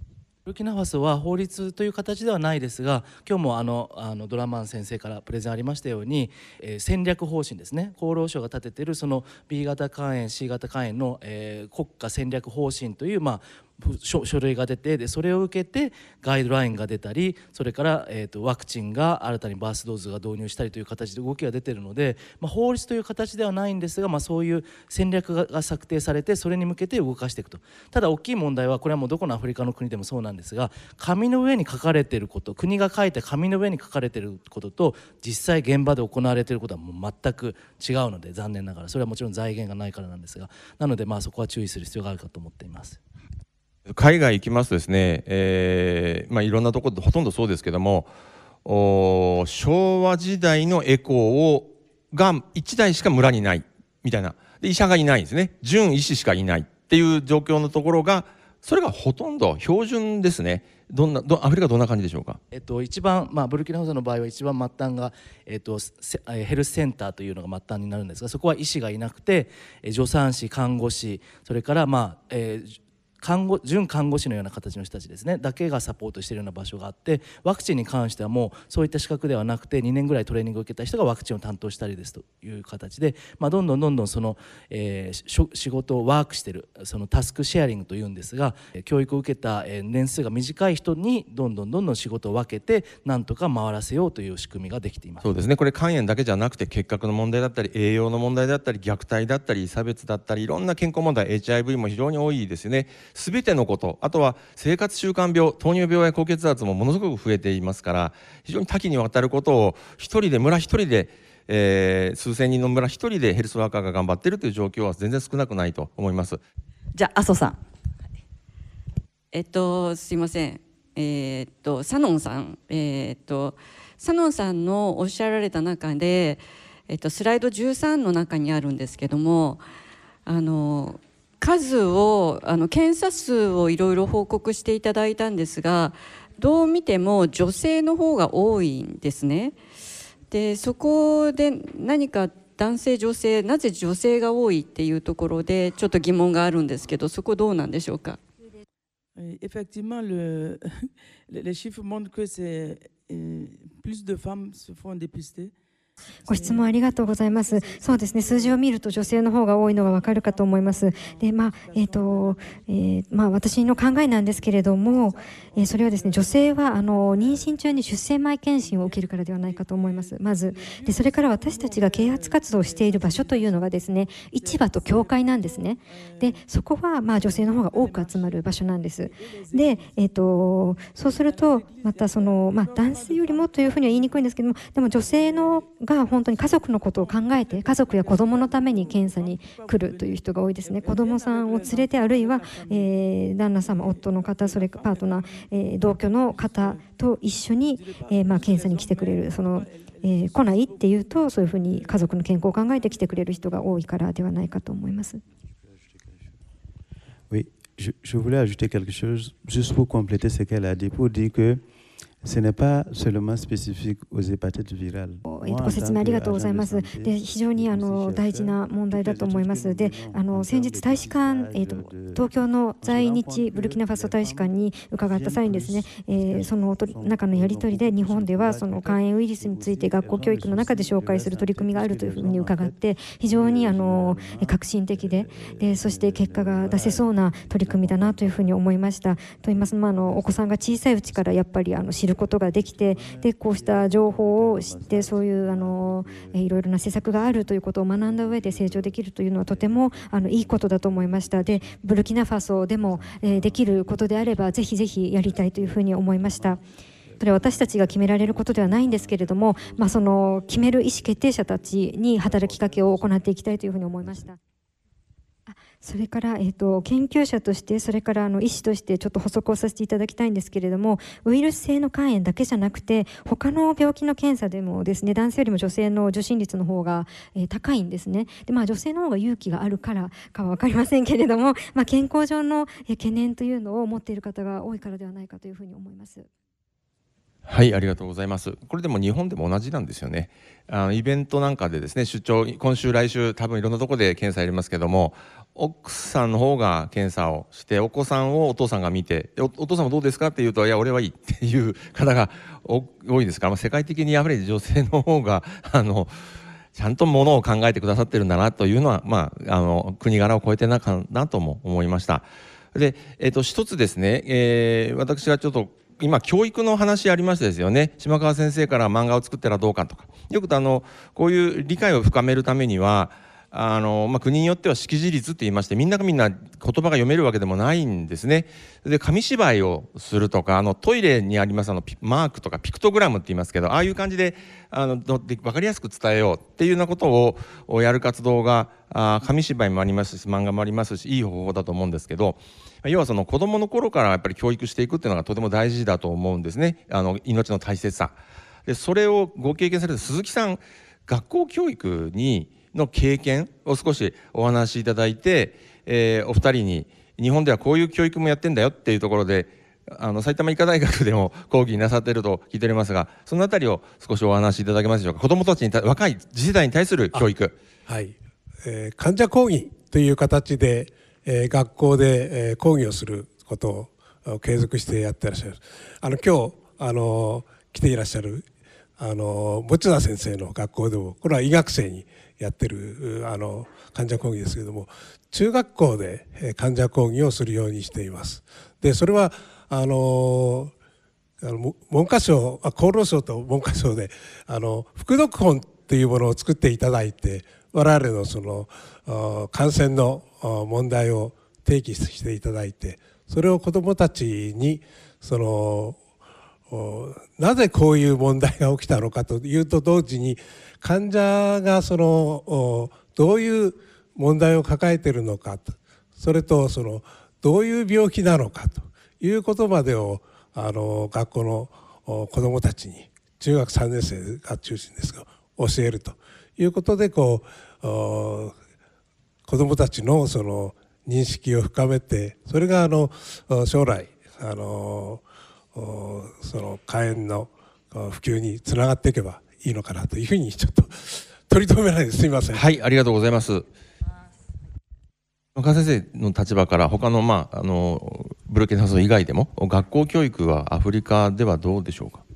ブルキナファソは法律という形ではないですが、今日もドラマン先生からプレゼンありましたように、戦略方針ですね、厚労省が立てているその B 型肝炎 C 型肝炎の、国家戦略方針という、書類が出て、でそれを受けてガイドラインが出たり、それから、ワクチンが新たにバーストドーズが導入したりという形で動きが出ているので、法律という形ではないんですが、そういう戦略が策定されて、それに向けて動かしていくと。ただ大きい問題は、これはもうどこのアフリカの国でもそうなんですが、紙の上に書かれていること、国が書いた紙の上に書かれていることと実際現場で行われていることはもう全く違うので、残念ながらそれはもちろん財源がないからなんですが、なのでそこは注意する必要があるかと思っています。 海外行きますとですね、いろんなところでほとんどそうですけども、昭和時代のエコーが1台しか村にないみたいな、で医者がいないんですね、準医師しかいないっていう状況のところが、それがほとんど標準ですね。アフリカどんな感じでしょうか。 一番、ブルキナファソの場合は一番末端が、ヘルスセンターというのが末端になるんですが、そこは医師がいなくて、助産師、看護師、それから準看護師のような形の人たちですねだけがサポートしているような場所があって、ワクチンに関してはもうそういった資格ではなくて、2年ぐらいトレーニングを受けた人がワクチンを担当したりですという形で、どんどんその、仕事をワークしている、そのタスクシェアリングというんですが、教育を受けた年数が短い人にどんどん仕事を分けてなんとか回らせようという仕組みができています。 そうですね、これ肝炎だけじゃなくて、結核の問題だったり、栄養の問題だったり、虐待だったり、差別だったり、いろんな健康問題、 HIV も非常に多いですよね。全てのこと、あとは生活習慣病、糖尿病や高血圧もものすごく増えていますから、非常に多岐にわたることを村一人で、数千人の村一人でヘルスワーカーが頑張っているという状況は全然少なくないと思います。 じゃあ麻生さん。 すいません、サノンさん、サノンさんのおっしゃられた中で、スライド13の中にあるんですけども、数を検査数をいろいろ報告していただいたんですが、どう見ても女性の方が多いんですね。でそこで何か男性女性、なぜ女性が多いっていうところでちょっと疑問があるんですけど、そこどうなんでしょうか。 Effectivement, les chiffres montrent que c'est plus de femmes se font dépister. ご質問ありがとうございます。そうですね、数字を見ると女性の方が多いのがわかるかと思います。で、私の考えなんですけれども、それはですね、女性は妊娠中に出生前検診を受けるからではないかと思います。まずで、それから私たちが啓発活動をしている場所というのがですね、市場と教会なんですね。で、そこは女性の方が多く集まる場所なんです。で、そうするとまた男性よりもというふうには言いにくいんですけども、でも女性のが本当に家族のことを考えて、家族や子どものために検査に来るという人が多いですね。子どもさんを連れて、あるいは、旦那様、夫の方、それからパートナー、同居の方と一緒に、検査に来てくれる、来ないっていうと、そういうふうに家族の健康を考えて来てくれる人が多いからではないかと思います。 Oui, je voulais ajouter quelque chose juste pour compléter ce qu'elle a dit, pour dire que ce n'est pas seulement spécifique aux hépatites virales. ご説明ありがとうございます。で、非常に大事な問題だと思います。で、先日大使館、東京の在日ブルキナファソ大使館に伺った際にですね、その中のやり取りで、日本ではその肝炎ウイルスについて学校教育の中で紹介する取り組みがあるというふうに伺って、非常に革新的で、そして結果が出せそうな取り組みだなというふうに思いました。と言いますのも、お子さんが小さいうちからやっぱり知ることができて、でこうした情報を知って、そういういろいろな施策があるということを学んだ上で成長できるというのはとてもいいことだと思いました。で、ブルキナファソでもできることであれば、ぜひぜひやりたいというふうに思いました。それは私たちが決められることではないんですけれども、その決める意思決定者たちに働きかけを行っていきたいというふうに思いました。それから、研究者として、それから医師としてちょっと補足をさせていただきたいんですけれども、ウイルス性の肝炎だけじゃなくて、他の病気の検査でもですね、男性よりも女性の受診率の方が、高いんですね。で、女性の方が勇気があるからかは分かりませんけれども、健康上の懸念というのを持っている方が多いからではないかというふうに思います。 はい、ありがとうございます。これでも日本でも同じなんですよね。イベントなんかでですね、出張、今週来週多分いろんなところで検査やりますけども、奥さんの方が検査をしてお子さんをお父さんが見て、お父さんもどうですかって言うと、いや俺はいいっていう方が多いですから、世界的にやはり女性の方がちゃんとものを考えてくださってるんだなというのは、国柄を超えてなとも思いました。で、一つですね、私がちょっと今教育の話ありましたですよね。島川先生から漫画を作ったらどうかとか、よくこういう理解を深めるためには国によっては識字率って言いまして、みんな言葉が読めるわけでもないんですね。で、紙芝居をするとか、トイレにありますマークとかピクトグラムって言いますけど、ああいう感じで分かりやすく伝えようっていうようなことをやる活動が紙芝居もありますし、漫画もありますし、いい方法だと思うんですけど、要は子どもの頃からやっぱり教育していくっていうのがとても大事だと思うんですね。命の大切さで、それをご経験された鈴木さん、学校教育の経験を少しお話しいただいて、お二人に日本ではこういう教育もやってんだよっていうところで、埼玉医科大学でも講義なさっていると聞いておりますが、そのあたりを少しお話しいただけますでしょうか。子どもたちに若い次世代に対する教育。 はい、患者講義という形で、学校で、講義をすることを継続してやってらっしゃる。今日来ていらっしゃる持田先生の学校でも、これは医学生にやってる患者講義ですけれども、中学校で患者講義をするようにしています。でそれは文科省、厚労省と文科省で副読本っていうものを作っていただいて、我々の感染の問題を提起していただいて、それを子どもたちになぜこういう問題が起きたのかというと同時に、患者がどういう問題を抱えているのかと、それとどういう病気なのかということまでを学校の子どもたちに、中学3年生が中心ですが教えるということで、子どもたちの認識を深めて、それが将来肝炎の普及につながっていけばいいのかなというふうに、ちょっと取り留めないですみません。 はい、ありがとうございます。岡先生の立場から、他のブルキナファソ以外でも学校教育はアフリカではどうでしょうか。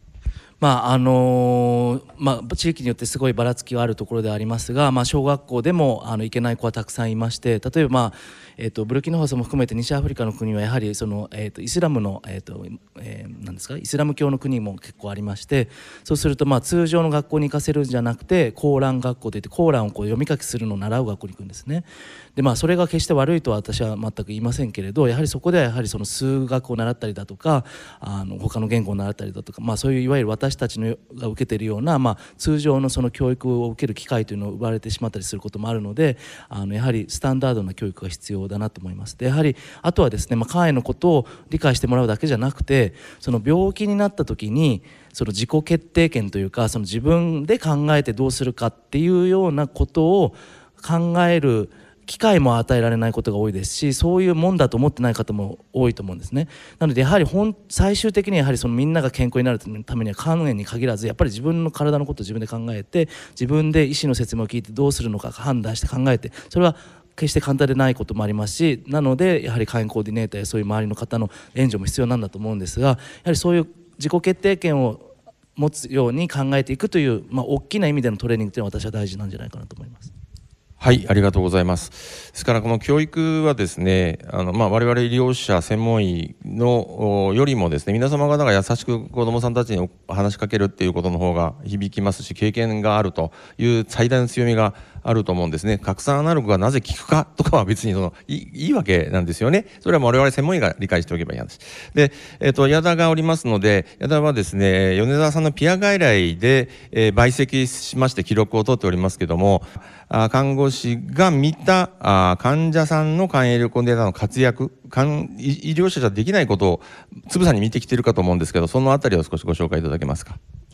地域によってすごいばらつきはあるところではありますが、小学校でも行けない子はたくさんいまして、例えば、ブルキナファソも含めて西アフリカの国はやはりイスラムの、なんですか、イスラム教の国も結構ありまして、そうすると通常の学校に行かせるんじゃなくて、コーラン学校といってコーランを読み書きするのを習う学校に行くんですね。でそれが決して悪いとは私は全く言いませんけれど、やはりそこではやはり数学を習ったりだとか、他の言語を習ったりだとか、そういういわゆる私たちが受けているような、通常の教育を受ける機会というのを奪われてしまったりすることもあるので、やはりスタンダードな教育が必要だなと思います。でやはりあとはですね、肝炎のことを理解してもらうだけじゃなくて、病気になった時に自己決定権というか、自分で考えてどうするかっていうようなことを考える機会も与えられないことが多いですし、そういうもんだと思ってない方も多いと思うんですね。なのでやはり最終的にはやはりみんなが健康になるためには肝炎に限らず、やっぱり自分の体のことを自分で考えて、自分で医師の説明を聞いてどうするのか判断して考えて、それは決して簡単でないこともありますし、なのでやはり肝炎コーディネーターやそういう周りの方の援助も必要なんだと思うんですが、やはりそういう自己決定権を持つように考えていくという、大きな意味でのトレーニングというのは私は大事なんじゃないかなと思います。 はい、ありがとうございます。ですからこの教育はですね、我々医療者専門医のよりもですね、皆様方が優しく子どもさんたちに話しかけるっていうことの方が響きますし、経験があるという最大の強みがあると思うんですね。拡散アナログがなぜ効くかとかは別にいいわけなんですよね。それは我々専門医が理解しておけばいい話で、矢田がおりますので、矢田はですね、米沢さんのピア外来で、陪席しまして記録を取っておりますけども、看護師が見た患者さんの肝炎コーディネーターの活躍、医療者じゃできないことをつぶさに見てきているかと思うんですけど、そのあたりを少しご紹介いただけますか。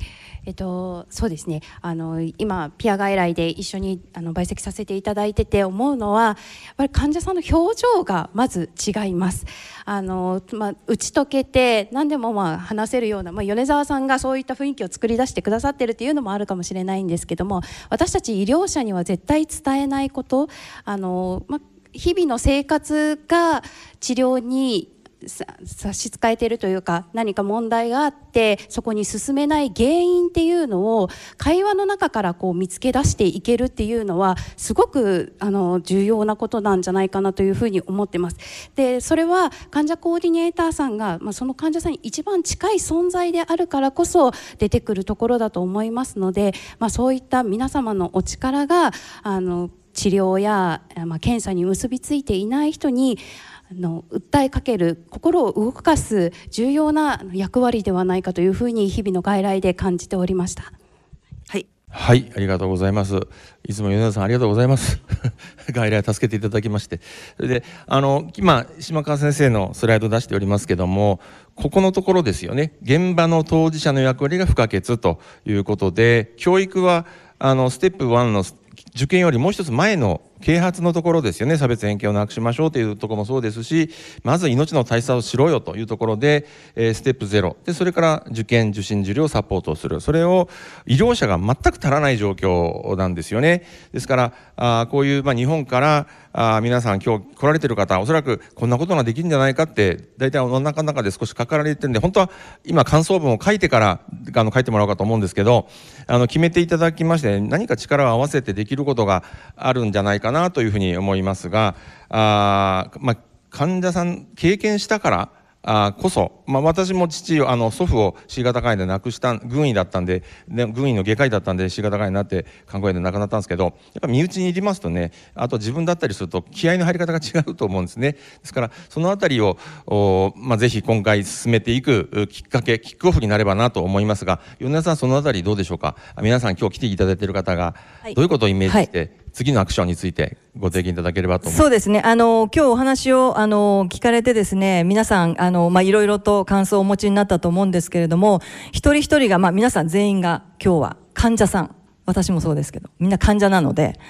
そうですね、今ピア外来で一緒に陪席させていただいてて思うのは、やっぱり患者さんの表情がまず違います。打ち解けて何でも話せるような、米沢さんがそういった雰囲気を作り出してくださってるっていうのもあるかもしれないんですけども、私たち医療者には絶対伝えないこと、日々の生活が治療に差し支えているというか、何か問題があってそこに進めない原因っていうのを会話の中から見つけ出していけるっていうのはすごく重要なことなんじゃないかなというふうに思ってます。でそれは患者コーディネーターさんが、その患者さんに一番近い存在であるからこそ出てくるところだと思いますので、そういった皆様のお力が治療や、検査に結びついていない人に訴えかける、心を動かす重要な役割ではないかというふうに日々の外来で感じておりました。 はい、ありがとうございます。いつも米田さんありがとうございます。外来助けていただきまして。それで、今、島川先生のスライド出しておりますけども、ここのところですよね。現場の当事者の役割が不可欠ということで、教育は、ステップ1の受験よりもう一つ前の啓発のところですよね。差別偏見をなくしましょうというところもそうですし、まず命の大切さをしろよというところで、ステップ0で、それから受験受診受領をサポートをする、それを医療者が全く足らない状況なんですよね。ですからこういう日本から皆さん今日来られている方、おそらくこんなことができるんじゃないかって大体お腹の中で少しかかられてるんで、本当は今感想文を書いてから書いてもらおうかと思うんですけど、決めていただきまして、何か力を合わせてできることがあるんじゃないかなというふうに思いますが、患者さん経験したからこそ、私も祖父を C 型肝炎で亡くした軍医だったんで、軍医の外科医だったんで C 型肝炎になって肝硬変で亡くなったんですけど、やっぱ身内にいりますとね、あと自分だったりすると気合の入り方が違うと思うんですね。ですからそのあたりをぜひ今回進めていくきっかけ、キックオフになればなと思いますが、米田さんそのあたりどうでしょうか。皆さん今日来ていただいている方がどういうことをイメージして、次のアクションについてご提言いただければと思います。 そうですね。今日お話を聞かれてですね、皆さんいろいろと感想をお持ちになったと思うんですけれども、一人一人が皆さん全員が今日は患者さん、私もそうですけどみんな患者なので、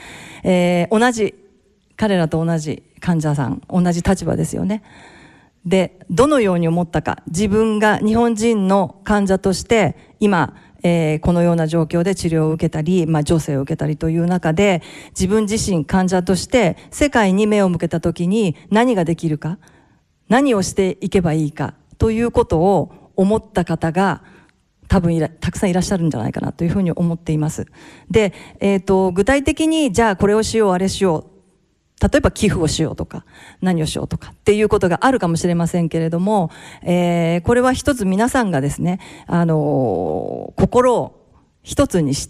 彼らと同じ患者さん、同じ立場ですよね。でどのように思ったか、自分が日本人の患者として今このような状況で治療を受けたり、助成を受けたりという中で、自分自身患者として世界に目を向けた時に何ができるか、何をしていけばいいかということを思った方が多分たくさんいらっしゃるんじゃないかなというふうに思っています。で、具体的にじゃあこれをしようあれしよう、例えば寄付をしようとか何をしようとかっていうことがあるかもしれませんけれども、これは一つ皆さんがですね、心を一つにして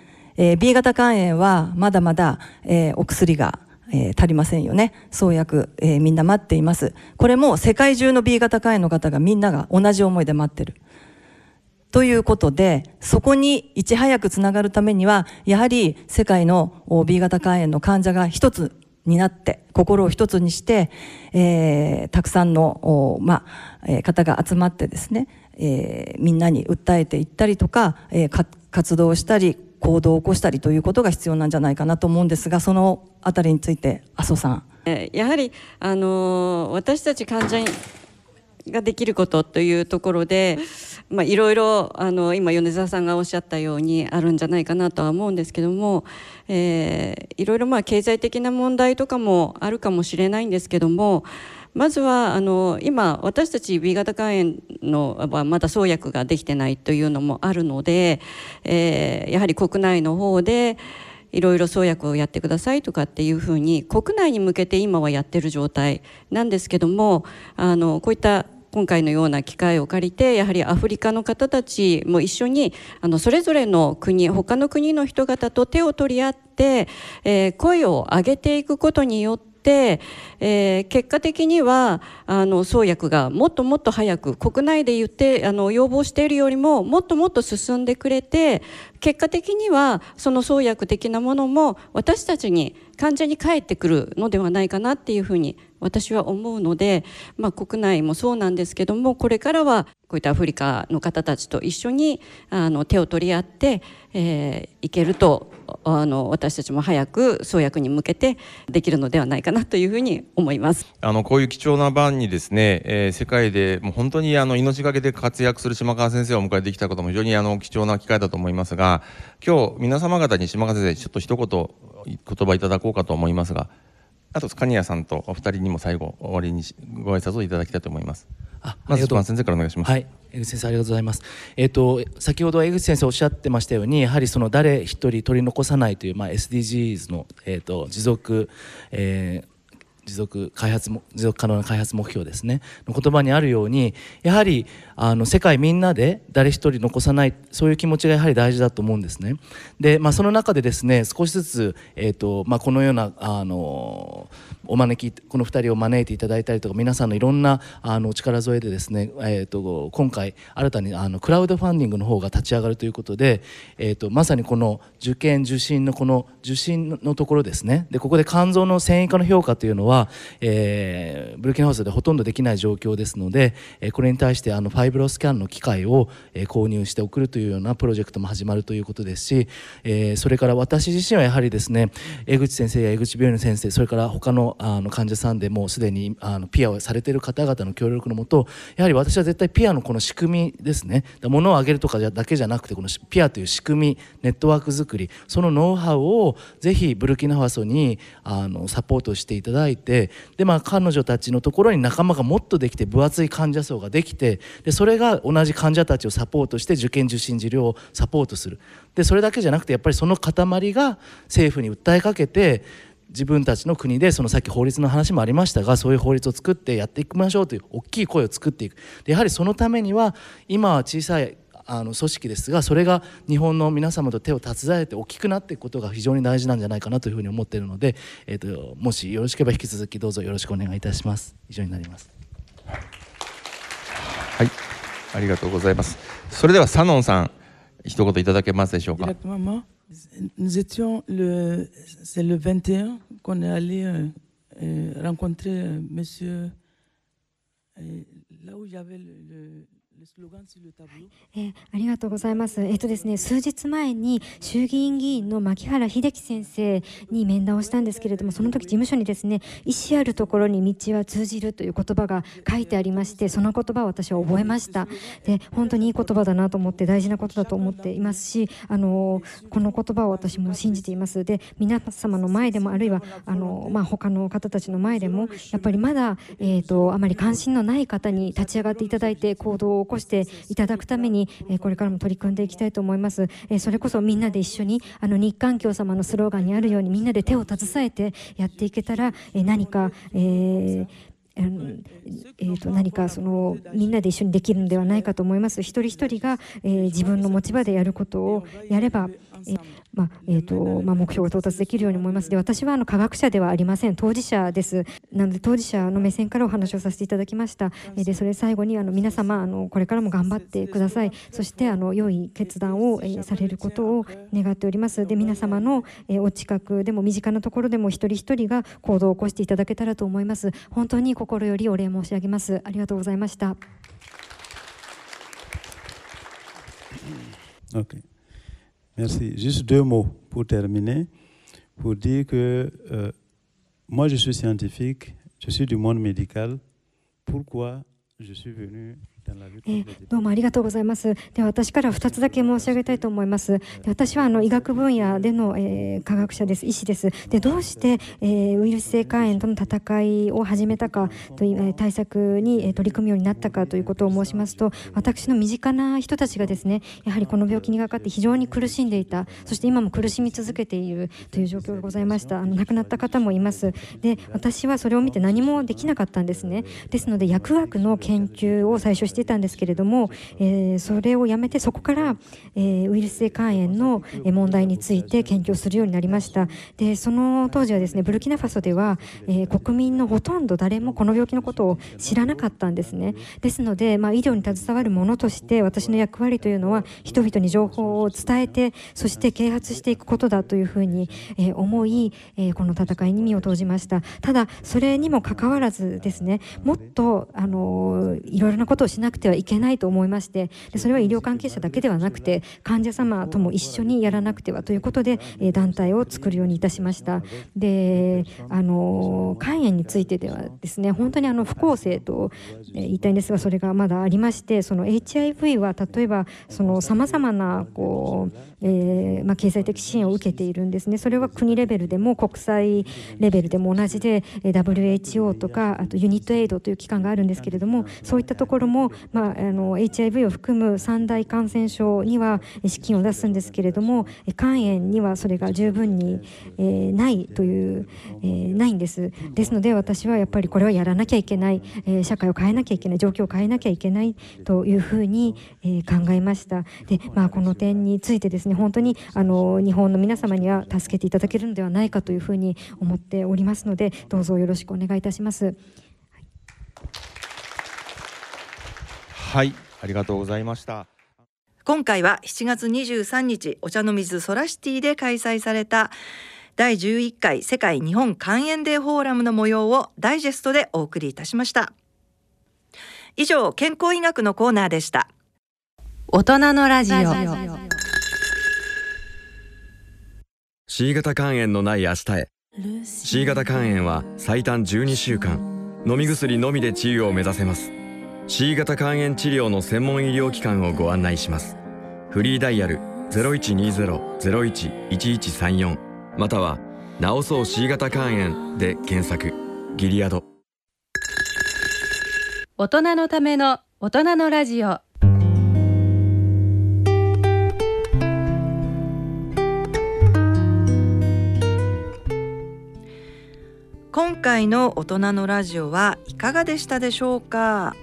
、B 型肝炎はまだまだ、お薬が、足りませんよね。創薬、みんな待っています。これも世界中の B 型肝炎の方がみんなが同じ思いで待ってるということで、そこにいち早くつながるためにはやはり世界の B 型肝炎の患者が一つになって心を一つにして、たくさんの、方が集まってですね、みんなに訴えていったりとか、活動したり行動を起こしたりということが必要なんじゃないかなと思うんですが、そのあたりについて麻生さん。 やはり私たち患者ができることというところで、いろいろ今米沢さんがおっしゃったようにあるんじゃないかなとは思うんですけども、いろいろ経済的な問題とかもあるかもしれないんですけども、まずは今私たち B 型肝炎のはまだ創薬ができてないというのもあるので、やはり国内の方でいろいろ創薬をやってくださいとかっていうふうに国内に向けて今はやってる状態なんですけども、こういった今回のような機会を借りて、やはりアフリカの方たちも一緒にそれぞれの国、他の国の人々と手を取り合って、声を上げていくことによって、結果的には創薬がもっともっと早く国内で言って要望しているよりももっともっと進んでくれて、結果的にはその創薬的なものも私たちに患者に返ってくるのではないかなっていうふうに私は思うので、国内もそうなんですけども、これからはこういったアフリカの方たちと一緒に手を取り合っていけると、私たちも早く創薬に向けてできるのではないかなというふうに思います。 こういう貴重な場にですね、世界でもう本当に命がけで活躍する島川先生をお迎えできたことも非常に貴重な機会だと思いますが、今日皆様方に島川先生ちょっと一言言葉いただこうかと思いますが、あと神谷さんとお二人にも最後終わりにご挨拶をいただきたいと思います。まず島川先生からお願いします。 はい、江口先生ありがとうございます。先ほど江口先生おっしゃってましたように、やはりその誰一人取り残さないという、SDGs の、持続可能な開発目標ですねの言葉にあるように、やはり世界みんなで誰一人残さない、そういう気持ちがやはり大事だと思うんですね。で、その中でですね、少しずつ、このようなこの2人を招いていただいたりとか、皆さんのいろんなお力添えでですね、今回新たにクラウドファンディングの方が立ち上がるということで、まさにこの受験受診のこの受診のところですね、でここで肝臓の繊維化の評価というのはブルキナファソでほとんどできない状況ですので、これに対してファイブロスキャンの機械を購入して送るというようなプロジェクトも始まるということですし、それから私自身はやはりですね、江口先生や江口病院の先生、それから他の患者さんでもうすでにピアをされている方々の協力のもと、やはり私は絶対ピアのこの仕組みですね、物をあげるとかだけじゃなくて、このピアという仕組み、ネットワーク作り、そのノウハウをぜひブルキナファソにサポートしていただいて、で彼女たちのところに仲間がもっとできて、分厚い患者層ができて、でそれが同じ患者たちをサポートして受験受診治療をサポートする。でそれだけじゃなくて、やっぱりその塊が政府に訴えかけて、自分たちの国でさっき法律の話もありましたが、そういう法律を作ってやっていきましょうという大きい声を作っていく。でやはりそのためには、今は小さい組織ですが、それが日本の皆様と手を携えて大きくなっていくことが非常に大事なんじゃないかなというふうに思っているので、もしよろしければ引き続きどうぞよろしくお願いいたします。以上になります。 はい、ありがとうございます。それではサノンさん、一言いただけますでしょうか。 Nous étions c'est le 21 qu'on est allé rencontrer monsieur là où il y avait le slogan sur le tableau。 ありがとうございます。ですね、数日前に衆議院議員の牧原秀樹先生に面談をしたんですけれども、その時事務所にですね、意思あるところに道は通じるという言葉が書いてありまして、その言葉を私は覚えました。で本当にいい言葉だなと思って、大事なことだと思っていますし、この言葉を私も信じています。で皆様の前でも、あるいは他の方たちの前でも、やっぱりまだ、あまり関心のない方に立ち上がっていただいて、行動を起こしていただくために、これからも取り組んでいきたいと思います。それこそみんなで一緒に日韓共様のスローガンにあるように、みんなで手を携えてやっていけたら、何か何かみんなで一緒にできるのではないかと思います。一人一人が、自分の持ち場でやることをやれば、目標を到達できるように思います。で私は科学者ではありません。当事者です。なので当事者の目線からお話をさせていただきました。でそれ最後に皆様これからも頑張ってください。そして良い決断をされることを願っております。で皆様のお近くでも身近なところでも一人一人が行動を起こしていただけたらと思います。本当に心よりお礼申し上げます。ありがとうございました。 Okay. Merci. Juste 2 mots pour terminer, pour dire que moi je suis scientifique, je suis du monde médical. Pourquoi je suis venu どうもありがとうございます。で私から2つだけ申し上げたいと思います。で私は医学分野での、科学者です。医師です。でどうして、ウイルス性肝炎との戦いを始めたかという、対策に、取り組むようになったかということを申しますと、私の身近な人たちがですね、やはりこの病気にかかって非常に苦しんでいた、そして今も苦しみ続けているという状況がございました。亡くなった方もいます。で私はそれを見て何もできなかったんですね。ですので薬学の研究を最初していたんですけれども、それをやめてそこから、ウイルス性肝炎の問題について研究するようになりました。でその当時はですね、ブルキナファソでは、国民のほとんど誰もこの病気のことを知らなかったんですね。ですので、医療に携わる者として私の役割というのは人々に情報を伝えて、そして啓発していくことだというふうに、思い、この戦いに身を投じました。ただそれにもかかわらずですね、もっといろいろなことをしなくてはいけないと思いまして、でそれは医療関係者だけではなくて患者様とも一緒にやらなくてはということで、団体を作るようにいたしました。で肝炎についてではですね、本当に不公正と言いたいんですが、それがまだありまして、その HIV は例えばさまざまな経済的支援を受けているんですね。それは国レベルでも国際レベルでも同じで、WHO とかあとユニットエイドという機関があるんですけれども、そういったところも、HIV を含む三大感染症には資金を出すんですけれども、肝炎にはそれが十分に、ないという、ないんです。ですので私はやっぱりこれはやらなきゃいけない、社会を変えなきゃいけない、状況を変えなきゃいけないというふうに、考えました。で、この点についてですね、本当に日本の皆様には助けていただけるのではないかというふうに思っておりますので、どうぞよろしくお願いいたします。 はい、ありがとうございました。 今回は7月23日お茶の水ソラシティで開催された第11回世界日本肝炎デーフォーラムの模様をダイジェストでお送りいたしました。以上、健康医学のコーナーでした。 大人のラジオ。 C 型肝炎のない明日へ。 C 型肝炎は最短12週間、飲み薬のみで治癒を目指せます。 C 型肝炎治療の専門医療機関をご案内します。フリーダイヤル 0120-01-1134 または治そう C 型肝炎で検索。ギリアド。 大人のための大人のラジオ。 今回の大人のラジオはいかがでしたでしょうか。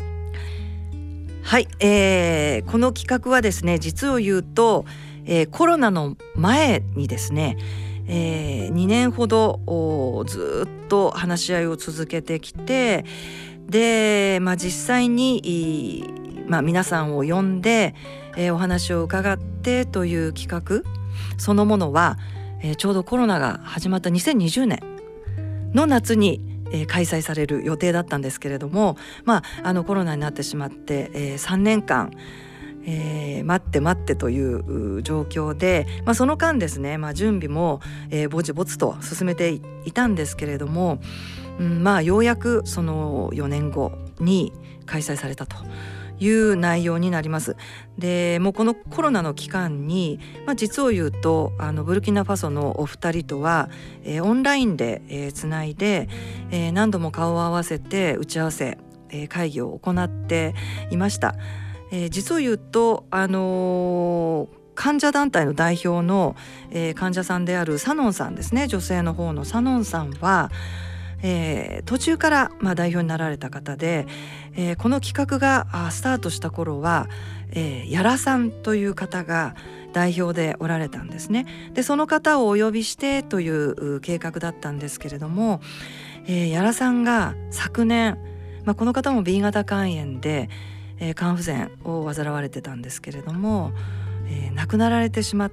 はい、この企画はですね、実を言うと、コロナの前にですね、2年ほどずっと話し合いを続けてきて、で、実際に、皆さんを呼んで、お話を伺ってという企画そのものは、ちょうどコロナが始まった2020年の夏に開催される予定だったんですけれども、コロナになってしまって、3年間、待ってという状況で、その間ですね、準備も、ぼちぼちと進めていたんですけれども、ようやくその4年後に開催されたという内容になります。でもうこのコロナの期間に、実を言うとブルキナファソのお二人とは、オンラインで、つないで、何度も顔を合わせて打ち合わせ、会議を行っていました。実を言うと患者団体の代表の、患者さんであるサノンさんですね、女性の方のサノンさんは、途中から、代表になられた方で、この企画がスタートした頃は、ヤラさんという方が代表でおられたんですね。でその方をお呼びしてという計画だったんですけれども、ヤラさんが昨年、この方も B 型肝炎で、肝不全を患われてたんですけれども、亡くなられてしまって、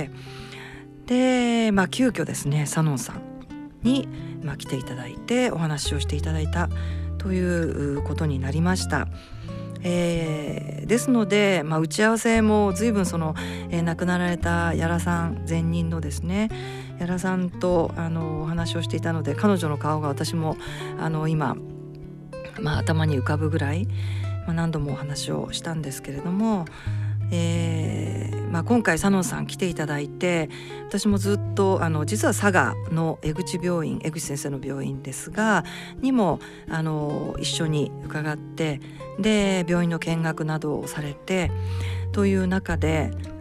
で、急遽ですねサノンさんに、来ていただいてお話をしていただいたということになりました。ですので、打ち合わせも随分その、亡くなられたヤラさん前任のですねヤラさんとお話をしていたので、彼女の顔が私も今、頭に浮かぶぐらい、何度もお話をしたんですけれども、今回サノンさん来ていただいて、私もずっと実は佐賀の江口病院、江口先生の病院ですがにも一緒に伺って、で病院の見学などをされてという中で、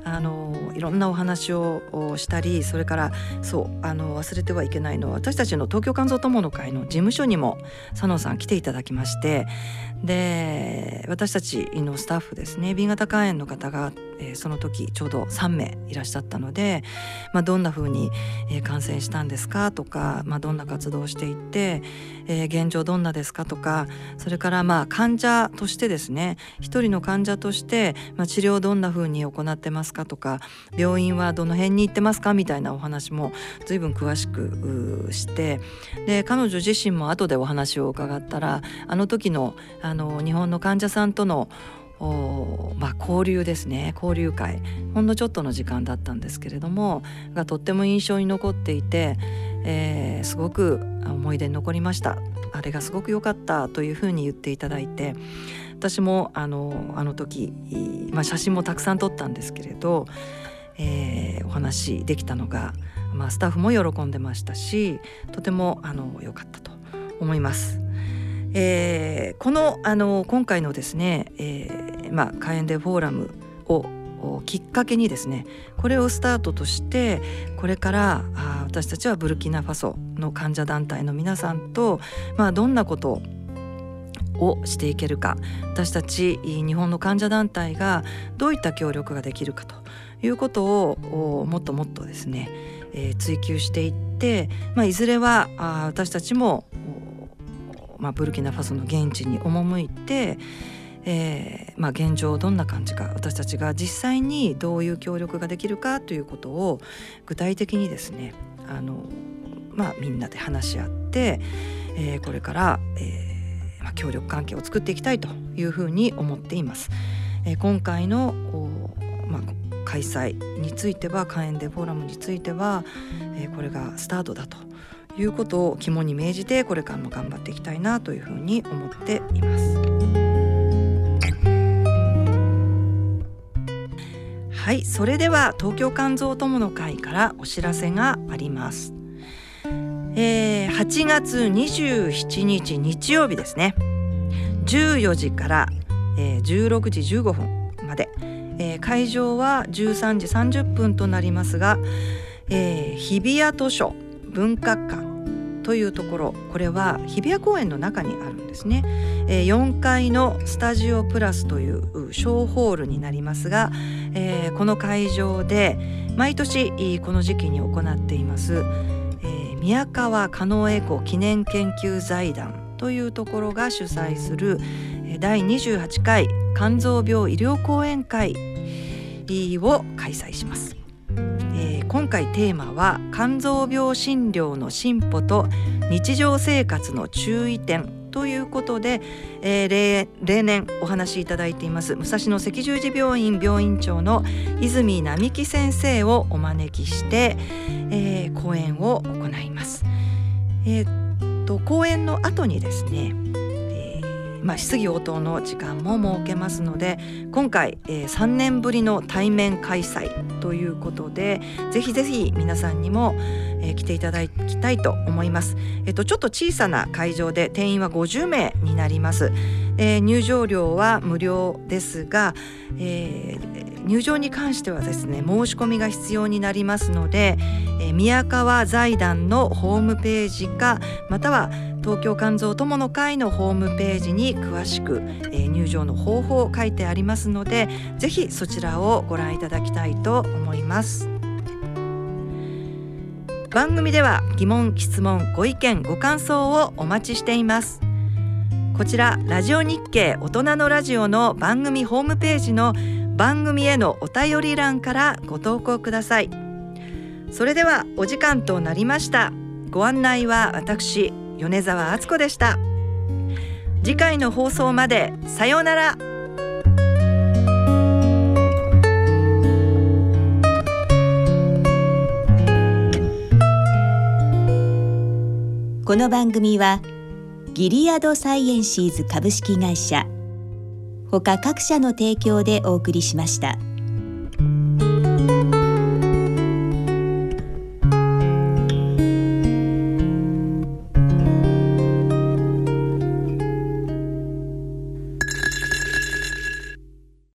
いろんなお話をしたり、それから忘れてはいけないのは、私たちの東京肝臓友の会の事務所にも佐野さん来ていただきまして、で私たちのスタッフですね、B 型肝炎の方が、その時ちょうど3名いらっしゃったので、どんな風に、感染したんですかとか、どんな活動をしていって、現状どんなですかとか、それから患者としてですね、一人の患者として、治療どんな風に行ってますかとか、病院はどの辺に行ってますかみたいなお話も随分詳しくして、で彼女自身も後でお話を伺ったら、あの時の日本の患者さんとの交流ですね、交流会、ほんのちょっとの時間だったんですけれども、がとっても印象に残っていて、すごく思い出に残りました。あれがすごく良かったというふうに言っていただいて、私もあの時、写真もたくさん撮ったんですけれど、お話できたのが、スタッフも喜んでましたし、とても良かったと思います。この今回のですね、肝炎デーフォーラムをきっかけにですね、これをスタートとして、これから私たちはブルキナファソの患者団体の皆さんと、どんなことをしていけるか、私たち日本の患者団体がどういった協力ができるかということをもっともっとですね、追求していって、いずれは私たちもブルキナファソの現地に赴いて、現状どんな感じか、私たちが実際にどういう協力ができるかということを具体的にですね、みんなで話し合って、これから、協力関係を作っていきたいというふうに思っています。今回の開催については、肝炎デーフォーラムについては、これがスタートだということを肝に銘じて、これからも頑張っていきたいなというふうに思っています。はい、それでは東京肝臓友の会からお知らせがあります。8月27日日曜日ですね、14時から、16時15分まで、会場は13時30分となりますが、日比谷図書文化館というところ、これは日比谷公園の中にあるんですね。4階のスタジオプラスという小ホールになりますが、この会場で毎年この時期に行っています宮川狩野エコ記念研究財団というところが主催する第28回肝臓病医療講演会を開催します。今回テーマは肝臓病診療の進歩と日常生活の注意点ということで、例年お話しいただいています武蔵野赤十字病院病院長の泉並木先生をお招きして、講演を行います。講演の後にですね、質疑応答の時間も設けますので、今回、3年ぶりの対面開催ということで、ぜひぜひ皆さんにも、来ていただきたいと思います。ちょっと小さな会場で定員は50名になります。入場料は無料ですが、入場に関してはですね、申し込みが必要になりますので、宮川財団のホームページか、または東京肝臓友の会のホームページに詳しく、入場の方法書いてありますので、ぜひそちらをご覧いただきたいと思います。番組では疑問、質問、ご意見、ご感想をお待ちしています。こちらラジオ日経大人のラジオの番組ホームページの番組へのお便り欄からご投稿ください。それではお時間となりました。ご案内は私米沢敦子でした。次回の放送までさようなら。 この番組はギリアドサイエンシーズ株式会社他各社の提供でお送りしました。